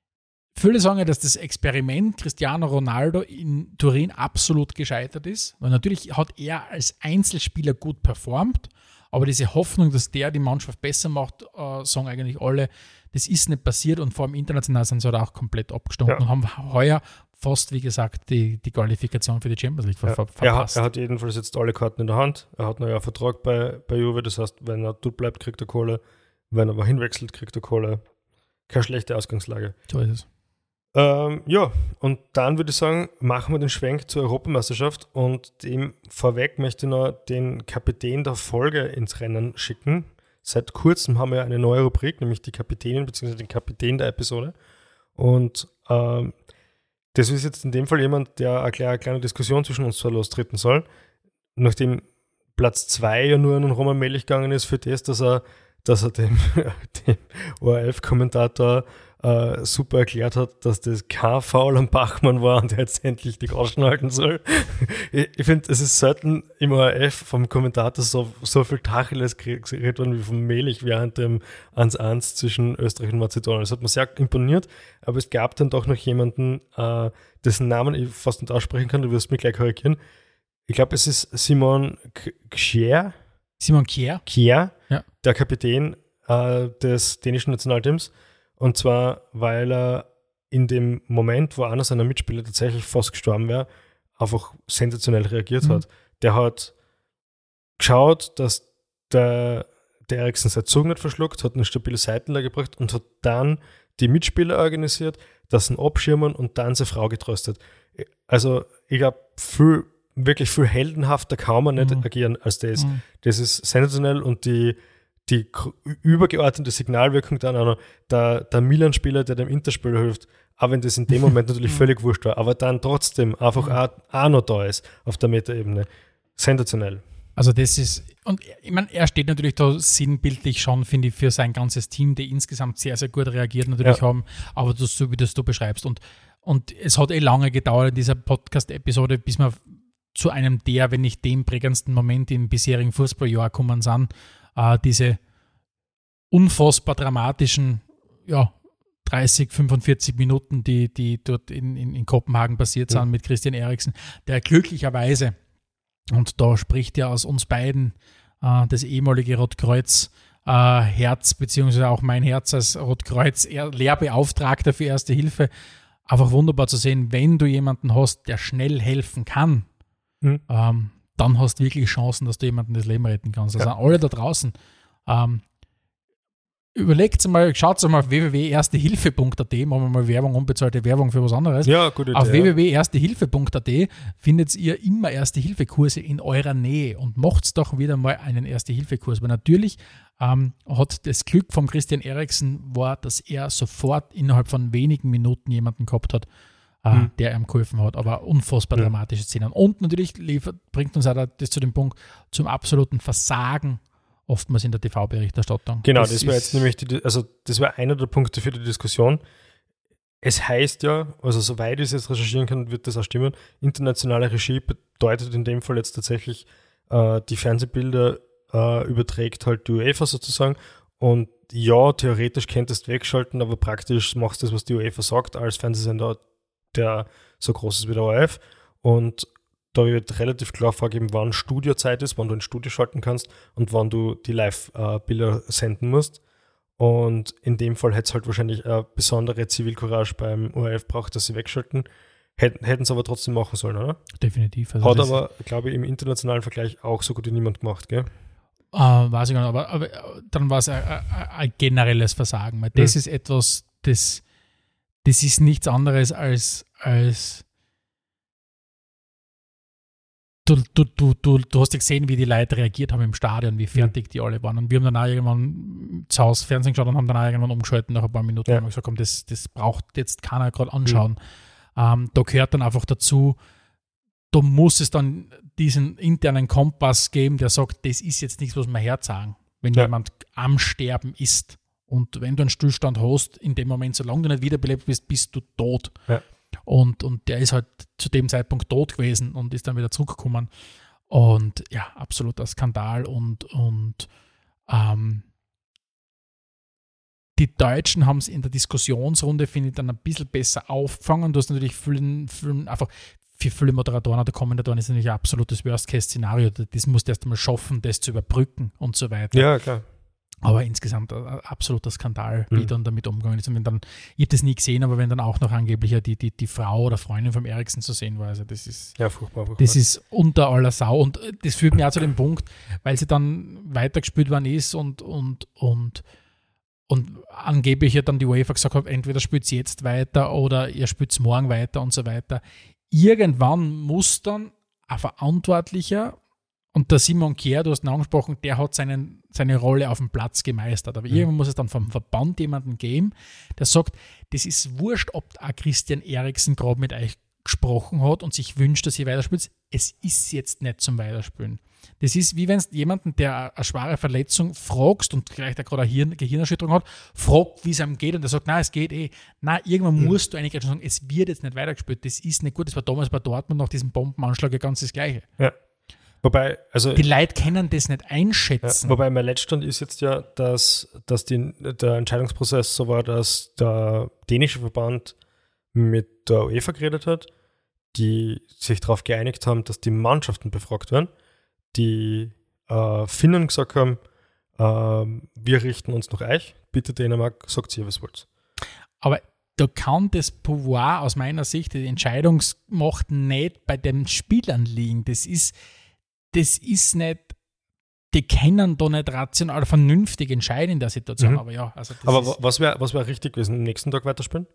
viele sagen ja, dass das Experiment Cristiano Ronaldo in Turin absolut gescheitert ist. Weil natürlich hat er als Einzelspieler gut performt, aber diese Hoffnung, dass der die Mannschaft besser macht, äh, sagen eigentlich alle, das ist nicht passiert, und vor allem international sind sie halt auch komplett abgestunken, ja. und haben heuer fast, wie gesagt, die, die Qualifikation für die Champions League ver- ja. verpasst. Er hat, er hat jedenfalls jetzt alle Karten in der Hand. Er hat noch einen Vertrag bei, bei Juve, das heißt, wenn er dort bleibt, kriegt er Kohle. Wenn er aber hinwechselt, kriegt er Kohle. Keine schlechte Ausgangslage. So ist es. Ähm, ja, und dann würde ich sagen, machen wir den Schwenk zur Europameisterschaft, und dem vorweg möchte ich noch den Kapitän der Folge ins Rennen schicken. Seit kurzem haben wir eine neue Rubrik, nämlich die Kapitänin bzw. den Kapitän der Episode, und ähm, das ist jetzt in dem Fall jemand, der eine kleine, eine kleine Diskussion zwischen uns zwei lostreten soll, nachdem Platz zwei ja nur an den Roman Melich gegangen ist für das, dass er, dass er dem, dem O R F-Kommentator Uh, super erklärt hat, dass das kein Foul am Bachmann war und er jetzt endlich die Groschen halten soll. ich ich finde, es ist selten im O R F vom Kommentator so, so viel Tacheles geredet worden wie vom Melich während dem eins eins zwischen Österreich und Mazedonien. Das hat mir sehr imponiert, aber es gab dann doch noch jemanden, uh, dessen Namen ich fast nicht aussprechen kann, du wirst mich gleich korrigieren. Ich glaube, es ist Simon Kjær. Simon Kjær? Kjær, ja. Der Kapitän uh, des dänischen Nationalteams. Und zwar, weil er in dem Moment, wo einer seiner Mitspieler tatsächlich fast gestorben wäre, einfach sensationell reagiert mhm. hat. Der hat geschaut, dass der, der Eriksen seinen Zug nicht verschluckt, hat eine stabile Seitenlage gebracht und hat dann die Mitspieler organisiert, das ihn abschirmen und dann seine Frau getröstet. Also ich glaube, viel, wirklich viel heldenhafter kann man nicht mhm. agieren als das. Mhm. Das ist sensationell, und die die übergeordnete Signalwirkung dann auch noch, der, der Milan-Spieler, der dem Interspieler hilft, auch wenn das in dem Moment natürlich völlig wurscht war, aber dann trotzdem einfach auch, auch noch da ist auf der Metaebene. Sensationell. Also das ist, und ich meine, er steht natürlich da sinnbildlich schon, finde ich, für sein ganzes Team, die insgesamt sehr, sehr gut reagiert natürlich ja. haben, aber das, so wie das du beschreibst. Und, und es hat eh lange gedauert in dieser Podcast-Episode, bis wir zu einem der, wenn nicht dem prägendsten Moment im bisherigen Fußballjahr gekommen sind. Uh, diese unfassbar dramatischen ja, dreißig, fünfundvierzig Minuten, die, die dort in, in, in Kopenhagen passiert sind ja. mit Christian Eriksen, der glücklicherweise, und da spricht ja aus uns beiden uh, das ehemalige Rotkreuz uh, Herz, beziehungsweise auch mein Herz als Rotkreuz Lehrbeauftragter für Erste Hilfe, einfach wunderbar zu sehen, wenn du jemanden hast, der schnell helfen kann, mhm. um, dann hast du wirklich Chancen, dass du jemandem das Leben retten kannst. Also ja. alle da draußen, ähm, überlegt mal, schaut mal auf w w w punkt erste hilfe punkt a t, machen wir mal Werbung, unbezahlte Werbung für was anderes. Ja, gute Idee, auf w w w punkt erste hilfe punkt a t findet ihr immer Erste-Hilfe-Kurse in eurer Nähe, und macht doch wieder mal einen Erste-Hilfe-Kurs. Weil natürlich ähm, hat das Glück von Christian Eriksen war, dass er sofort innerhalb von wenigen Minuten jemanden gehabt hat, Mhm. der ihm geholfen hat, aber unfassbar mhm. dramatische Szenen. Und natürlich liefert, bringt uns auch das zu dem Punkt, zum absoluten Versagen oftmals in der T V-Berichterstattung. Genau, das, das war jetzt nämlich, die, also das war einer der Punkte für die Diskussion. Es heißt ja, also soweit ich es jetzt recherchieren kann, wird das auch stimmen, internationale Regie bedeutet in dem Fall jetzt tatsächlich äh, die Fernsehbilder äh, überträgt halt die UEFA sozusagen. Und ja, theoretisch könntest du wegschalten, aber praktisch machst du das, was die UEFA sagt, als Fernsehsender, der so groß ist wie der O R F. Und da wird relativ klar vorgegeben, wann Studiozeit ist, wann du ins Studio schalten kannst und wann du die Live-Bilder senden musst. Und in dem Fall hätte es halt wahrscheinlich eine besondere Zivilcourage beim O R F braucht, dass sie wegschalten. Hätten es aber trotzdem machen sollen, oder? Definitiv. Also Hat aber, glaube ich, im internationalen Vergleich auch so gut wie niemand gemacht, gell? Äh, weiß ich gar nicht, aber, aber dann war es ein, ein, ein generelles Versagen. Weil das mhm. ist etwas, das, das ist nichts anderes als, als du, du, du, du, du hast ja gesehen, wie die Leute reagiert haben im Stadion, wie fertig mhm. die alle waren. Und wir haben dann auch irgendwann zu Hause Fernsehen geschaut und haben dann auch irgendwann umgeschaltet nach ein paar Minuten ja. und gesagt, komm, das, das braucht jetzt keiner gerade anschauen. Mhm. Ähm, da gehört dann einfach dazu, da muss es dann diesen internen Kompass geben, der sagt, das ist jetzt nichts, was wir herzagen, wenn ja. jemand am Sterben ist. Und wenn du einen Stillstand hast, in dem Moment, solange du nicht wiederbelebt bist, bist du tot. Ja. Und, und der ist halt zu dem Zeitpunkt tot gewesen und ist dann wieder zurückgekommen. Und ja, absoluter Skandal. Und, und ähm, die Deutschen haben es in der Diskussionsrunde, finde ich, dann ein bisschen besser aufgefangen. Du hast natürlich vielen, vielen, einfach für viele Moderatoren oder Kommentatoren ist natürlich ein absolutes Worst-Case-Szenario. Das musst du erst einmal schaffen, das zu überbrücken und so weiter. Ja, klar. Aber insgesamt ein absoluter Skandal, wie mhm. dann damit umgegangen ist. Und wenn dann, ich habe das nie gesehen, aber wenn dann auch noch angeblich ja die, die, die Frau oder Freundin vom Eriksen zu sehen war, also das ist, ja, furchtbar, furchtbar. Das ist unter aller Sau. Und das führt mich auch zu dem Punkt, weil sie dann weitergespielt worden ist und, und, und Und angeblich hat dann die UEFA gesagt, hat, entweder spielt es jetzt weiter oder ihr spielt es morgen weiter und so weiter. Irgendwann muss dann ein Verantwortlicher, und der Simon Kjær, du hast ihn angesprochen, der hat seinen, seine Rolle auf dem Platz gemeistert. Aber mhm. irgendwann muss es dann vom Verband jemanden geben, der sagt, das ist wurscht, ob auch Christian Eriksen gerade mit euch gesprochen hat und sich wünscht, dass ihr weiterspielt. Es ist jetzt nicht zum Weiterspielen. Das ist wie wenn du jemanden, der eine schwere Verletzung fragst und vielleicht gerade eine Hirn- Gehirnerschütterung hat, fragt, wie es ihm geht und der sagt, nein, es geht eh. Nein, irgendwann mhm. musst du eigentlich schon sagen, es wird jetzt nicht weitergespielt. Das ist nicht gut. Das war damals bei Dortmund nach diesem Bombenanschlag ja ganz das Gleiche. Ja. Wobei, also die Leute können das nicht einschätzen. Ja, wobei mein Letztstand ist jetzt ja, dass, dass die, der Entscheidungsprozess so war, dass der dänische Verband mit der UEFA geredet hat, die sich darauf geeinigt haben, dass die Mannschaften befragt werden, die äh, Finnen gesagt haben, äh, wir richten uns nach euch, bitte Dänemark, sagt ihr, was wollt. Aber da kann das Pouvoir aus meiner Sicht, die Entscheidungsmacht nicht bei den Spielern liegen. Das ist, das ist nicht, die können da nicht rational oder vernünftig entscheiden in der Situation. Mhm. Aber ja, also das Aber ist, was wäre was wär richtig gewesen, am nächsten Tag weiterspielen?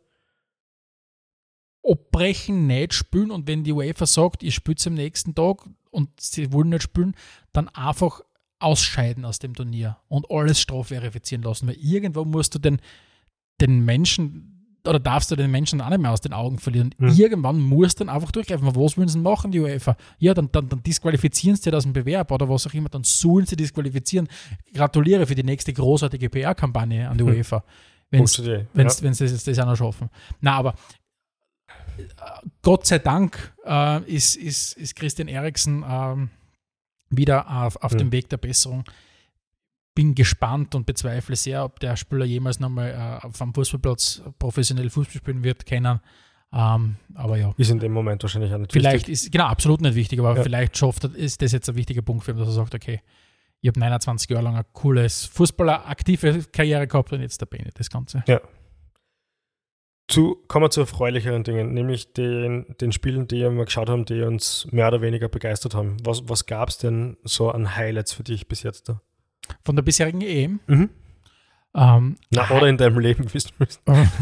Abbrechen, nicht spielen, und wenn die UEFA sagt, ihr spielt am nächsten Tag und sie wollen nicht spielen, dann einfach ausscheiden aus dem Turnier und alles strafverifizieren lassen, weil irgendwo musst du den, den Menschen oder darfst du den Menschen auch nicht mehr aus den Augen verlieren. Mhm. Irgendwann musst du dann einfach durchgreifen. Was wollen sie machen, die UEFA? Ja, dann, dann, dann disqualifizieren sie aus dem Bewerb oder was auch immer, dann sollen sie disqualifizieren. Gratuliere für die nächste großartige P R-Kampagne an die mhm. UEFA, wenn sie ja. das, das auch noch schaffen. Na, aber Gott sei Dank äh, ist, ist, ist Christian Eriksen ähm, wieder auf, auf mhm. dem Weg der Besserung. Bin gespannt und bezweifle sehr, ob der Spieler jemals nochmal äh, auf einem Fußballplatz professionell Fußball spielen wird, können. Ähm, aber ja. Ist in dem Moment wahrscheinlich auch nicht vielleicht wichtig. Ist, genau, absolut nicht wichtig, aber ja. vielleicht schafft er, ist das jetzt ein wichtiger Punkt für ihn, dass er sagt, okay, ich habe neunundzwanzig Jahre lang ein cooles Fußballer, aktive Karriere gehabt und jetzt da bin ich das Ganze. Ja. Zu, kommen wir zu erfreulicheren Dingen, nämlich den, den Spielen, die wir mal geschaut haben, die uns mehr oder weniger begeistert haben. Was, was gab es denn so an Highlights für dich bis jetzt da? Von der bisherigen E M? Mhm. Ähm, Na, oder in deinem Leben, wie du willst.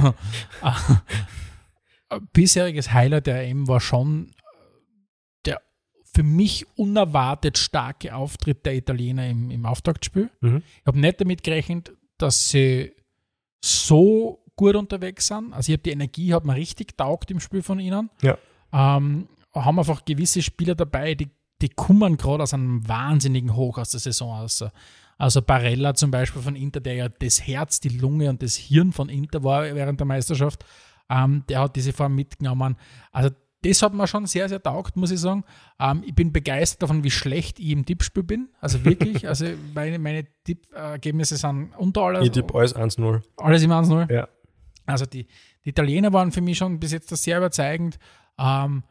Bisheriges Highlight der E M war schon der für mich unerwartet starke Auftritt der Italiener im, im Auftaktspiel. Mhm. Ich habe nicht damit gerechnet, dass sie so gut unterwegs sind. Also ich habe die Energie, hat mir richtig taugt im Spiel von ihnen. Ja. Ähm, haben einfach gewisse Spieler dabei, die, die kommen gerade aus einem wahnsinnigen Hoch aus der Saison aus. Also Barella zum Beispiel von Inter, der ja das Herz, die Lunge und das Hirn von Inter war während der Meisterschaft, ähm, der hat diese Form mitgenommen. Also das hat mir schon sehr, sehr taugt, muss ich sagen. Ähm, ich bin begeistert davon, wie schlecht ich im Tippspiel bin. Also wirklich, also meine, meine Tippergebnisse sind unter alles. Ich tippe alles eins null. Alles im eins null? Ja. Also die, die Italiener waren für mich schon bis jetzt sehr überzeugend. Ähm,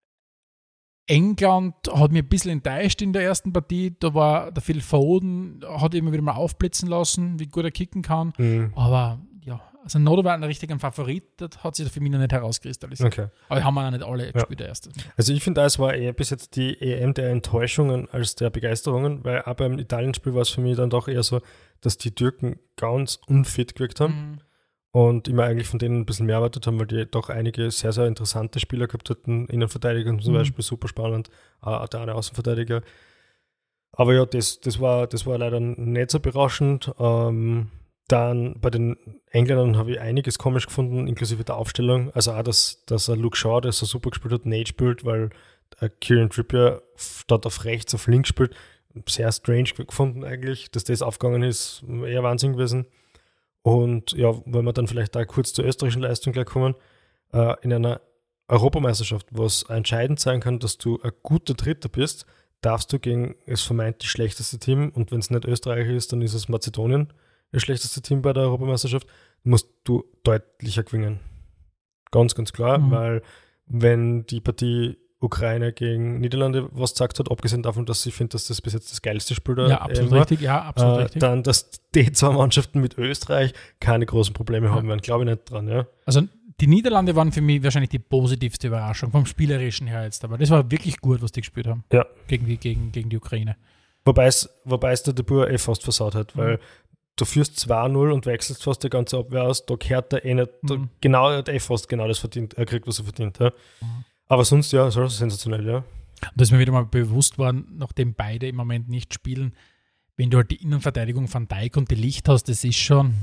England hat mich ein bisschen enttäuscht in der ersten Partie. Da war der Phil Foden, hat immer wieder mal aufblitzen lassen, wie gut er kicken kann. Mhm. Aber ja, also Nodo war ein richtiger Favorit, das hat sich für mich noch nicht herauskristallisiert. Okay. Aber haben wir auch nicht alle Ja. gespielt, erstes Mal. Also ich finde, es war eher bis jetzt die E M der Enttäuschungen als der Begeisterungen, weil auch beim Italien-Spiel war es für mich dann doch eher so, dass die Türken ganz unfit gewirkt haben. Mhm. Und ich mir eigentlich von denen ein bisschen mehr erwartet haben, weil die doch einige sehr, sehr interessante Spieler gehabt hatten. Innenverteidiger zum Mhm. Beispiel, super spannend. Auch der eine Außenverteidiger. Aber ja, das, das, war, das war leider nicht so berauschend. Ähm, dann bei den Engländern habe ich einiges komisch gefunden, inklusive der Aufstellung. Also auch, dass, dass er Luke Shaw, der so super gespielt hat, nicht spielt, weil äh, Kieran Trippier dort auf rechts, auf links spielt. Sehr strange gefunden eigentlich, dass das aufgegangen ist. Eher Wahnsinn gewesen. Und ja, wenn wir dann vielleicht da kurz zur österreichischen Leistung gleich kommen, äh, in einer Europameisterschaft, wo es entscheidend sein kann, dass du ein guter Dritter bist, darfst du gegen das vermeintlich schlechteste Team, und wenn es nicht Österreich ist, dann ist es Mazedonien, das schlechteste Team bei der Europameisterschaft, musst du deutlicher gewinnen. Ganz, ganz klar, Mhm. weil wenn die Partie Ukraine gegen Niederlande was gesagt hat, abgesehen davon, dass ich finde, dass das bis jetzt das geilste Spiel der Ja, absolut E M war, richtig, ja, absolut äh, richtig. dann, dass die zwei Mannschaften mit Österreich keine großen Probleme Ja. haben werden, glaube ich nicht dran, ja. Also die Niederlande waren für mich wahrscheinlich die positivste Überraschung vom Spielerischen her jetzt, aber das war wirklich gut, was die gespielt haben Ja. gegen die, gegen, gegen die Ukraine. Wobei es wobei es der De Boer eh fast versaut hat, weil Mhm. du führst zwei null und wechselst fast die ganze Abwehr aus, da kehrt er eh nicht, da Mhm. genau, er hat eh fast genau das verdient, er kriegt, was er verdient, ja. Mhm. Aber sonst, ja, so sensationell, ja. Und da ist mir wieder mal bewusst worden, nachdem beide im Moment nicht spielen, wenn du halt die Innenverteidigung von Dijk und die Licht hast, das ist schon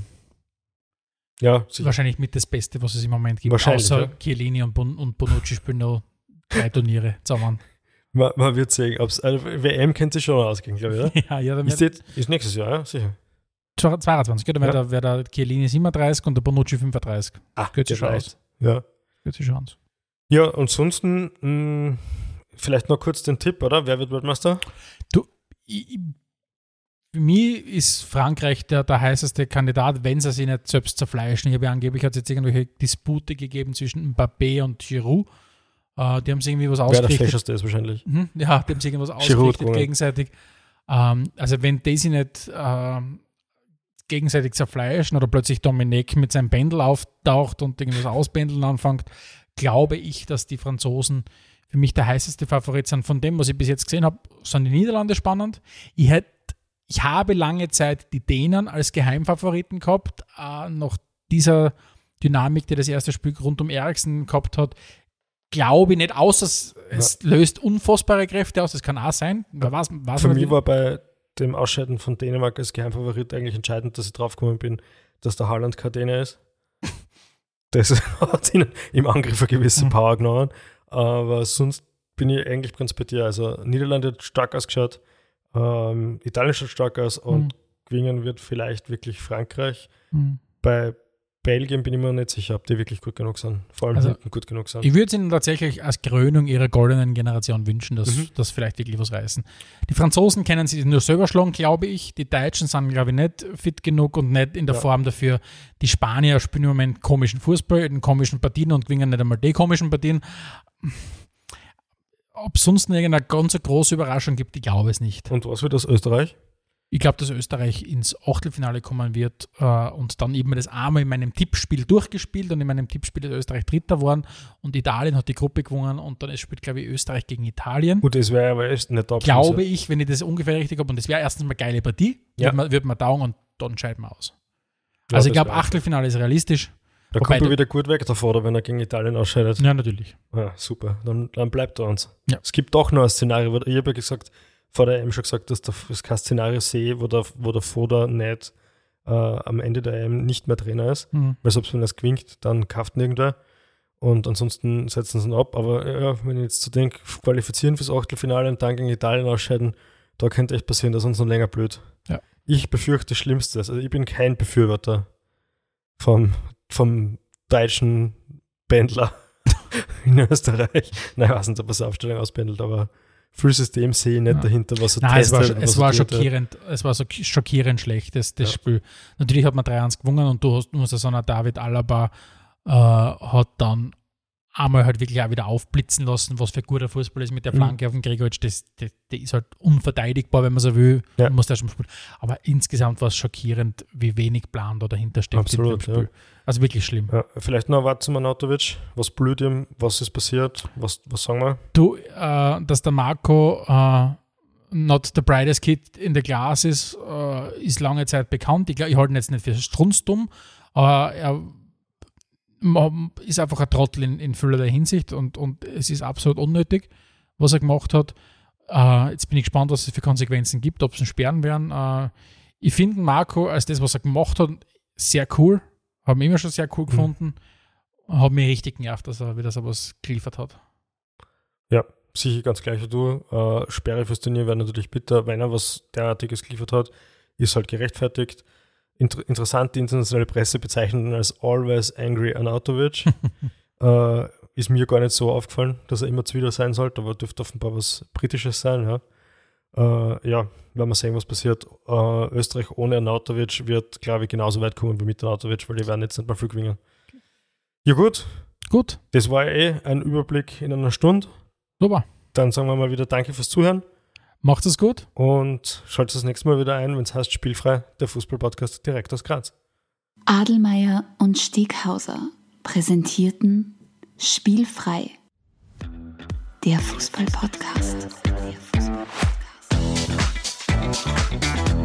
Ja, sicher. wahrscheinlich mit das Beste, was es im Moment gibt. Wahrscheinlich, Außer ja. Chiellini und, Bon und Bonucci spielen noch drei Turniere zusammen. Man, man wird sehen, ob's, also W M kennt sich schon ausgehen, glaube ich, oder? ja, ja, dann Ist, wird das, ist nächstes Jahr, ja, sicher. zweiundzwanzig, gell? Dann wäre Ja. der, wär der Chiellini siebenunddreißig und der Bonucci fünfunddreißig. Ah, Geht sich schon vielleicht. aus. Ja. Geht sich schon aus. Ja, und ansonsten mh, vielleicht noch kurz den Tipp, oder? Wer wird Weltmeister? Du, ich, ich, für mich ist Frankreich der, der heißeste Kandidat, wenn sie sich nicht selbst zerfleischen. Ich habe ja angeblich hat es jetzt irgendwelche Dispute gegeben zwischen Mbappé und Giroud. Äh, die haben sich irgendwie was Wer der ausgerichtet. Flächerste ist wahrscheinlich. Mhm, ja, die haben sich irgendwas Giroud ausgerichtet gewonnen. gegenseitig. Ähm, also wenn die sich nicht ähm, gegenseitig zerfleischen oder plötzlich Dominik mit seinem Pendel auftaucht und irgendwas auspendeln anfängt, glaube ich, dass die Franzosen für mich der heißeste Favorit sind. Von dem, was ich bis jetzt gesehen habe, sind die Niederlande spannend. Ich, hätt, ich habe lange Zeit die Dänen als Geheimfavoriten gehabt. Äh, nach dieser Dynamik, die das erste Spiel rund um Eriksen gehabt hat, glaube ich nicht, außer es, es löst unfassbare Kräfte aus. Das kann auch sein. Wer weiß, weiß Für man mich nicht. war bei dem Ausscheiden von Dänemark als Geheimfavorit eigentlich entscheidend, dass ich draufgekommen bin, dass der Haaland kein Däne ist. Das hat ihnen im Angriff eine gewisse Mhm. Power genommen. Aber sonst bin ich eigentlich ganz bei dir. Also Niederlande hat stark ausgeschaut, ähm, Italien schaut stark aus und Mhm. gewinnen wird vielleicht wirklich Frankreich. Mhm. Bei Belgien bin ich mir nicht sicher, ob die wirklich gut genug sind. Vor allem Also, hinten gut genug sind. Ich würde es ihnen tatsächlich als Krönung ihrer goldenen Generation wünschen, dass Mhm. das vielleicht wirklich was reißen. Die Franzosen können sich nur selber schlagen, glaube ich. Die Deutschen sind, glaube ich, nicht fit genug und nicht in der Ja. Form dafür. Die Spanier spielen im Moment komischen Fußball, in komischen Partien und gewinnen nicht einmal die komischen Partien. Ob es sonst noch irgendeine ganz große Überraschung gibt, ich glaube es nicht. Und was wird das Österreich? Ich glaube, dass Österreich ins Achtelfinale kommen wird äh, und dann eben das einmal in meinem Tippspiel durchgespielt und in meinem Tippspiel ist Österreich Dritter geworden und Italien hat die Gruppe gewonnen und dann spielt, glaube ich, Österreich gegen Italien. Gut, das wäre aber echt nicht da. Glaube ich, wenn ich das ungefähr richtig habe und das wäre erstens mal eine geile Partie, Ja. wird man, wird man taugen und dann scheiden wir aus. Ja, also ich das glaube, wär- Achtelfinale ist realistisch. Da wobei kommt er du- wieder gut weg davor, oder wenn er gegen Italien ausscheidet. Ja, natürlich. Ja, super, dann, dann bleibt er uns. Ja. Es gibt doch noch ein Szenario, wo, ich habe ja gesagt, vor der E M schon gesagt, dass ich das kein Szenario sehe, wo der, wo der Foda nicht äh, am Ende der E M nicht mehr Trainer ist. Mhm. Weil selbst wenn er es gewinnt, dann kauft ihn irgendwer. Und ansonsten setzen sie ihn ab. Aber ja, wenn ich jetzt so denke, qualifizieren fürs Achtelfinale und dann gegen Italien ausscheiden, da könnte echt passieren, dass uns noch länger blöd. Ja. Ich befürchte das Schlimmste. Also ich bin kein Befürworter vom, vom deutschen Pendler. in Österreich. Nein, ich weiß nicht, ob er seine Aufstellung auspendelt, aber viel System sehe ich nicht ja. dahinter, was er Nein, testet. es war, es war schockierend, es war so schockierend schlecht, das, das ja. Spiel. Natürlich hat man drei eins gewonnen und du hast, musst sagen, David Alaba äh, hat dann einmal halt wirklich auch wieder aufblitzen lassen, was für ein guter Fußball ist mit der Flanke mhm. auf den Gregoritsch. Das, das, das ist halt unverteidigbar, wenn man so will. Ja. Man muss das schon spielen. Aber insgesamt war es schockierend, wie wenig Plan da dahinter steckt. Absolut, im Spiel. Ja. Also wirklich schlimm. Ja, vielleicht noch ein Wort zu Arnautovic. Was blüht ihm? Was ist passiert? Was, was sagen wir? Du, äh, dass der Marco äh, not the brightest kid in the class ist, äh, ist lange Zeit bekannt. Ich, glaub, ich halte ihn jetzt nicht für strunzdumm, aber er ist einfach ein Trottel in, in vielerlei Hinsicht und, und es ist absolut unnötig, was er gemacht hat. Äh, jetzt bin ich gespannt, was es für Konsequenzen gibt, ob es ihn sperren werden. Äh, ich finde Marco als das, was er gemacht hat, sehr cool. Haben immer schon sehr cool mhm. gefunden. Hat mich richtig genervt, dass er wieder so was geliefert hat. Ja, sicher ganz gleich wie du. Äh, Sperre fürs Turnier wäre natürlich bitter. Wenn er was derartiges geliefert hat, ist halt gerechtfertigt. Inter- interessant, die internationale Presse bezeichnet ihn als always angry Arnautovic. äh, ist mir gar nicht so aufgefallen, dass er immer zuwider sein sollte, aber dürfte offenbar was Britisches sein. Ja, äh, ja werden wir sehen, was passiert. Äh, Österreich ohne Arnautovic wird, glaube ich, genauso weit kommen wie mit Arnautovic, weil die werden jetzt nicht mal viel gewinnen. Ja gut. Gut. Das war eh ein Überblick in einer Stunde. Super. Dann sagen wir mal wieder Danke fürs Zuhören. Macht es gut. Und schaltet das nächste Mal wieder ein, wenn es heißt Spielfrei, der Fußball-Podcast direkt aus Graz. Adelmeier und Steghauser präsentierten Spielfrei, der Fußball-Podcast. Der Fußball-Podcast.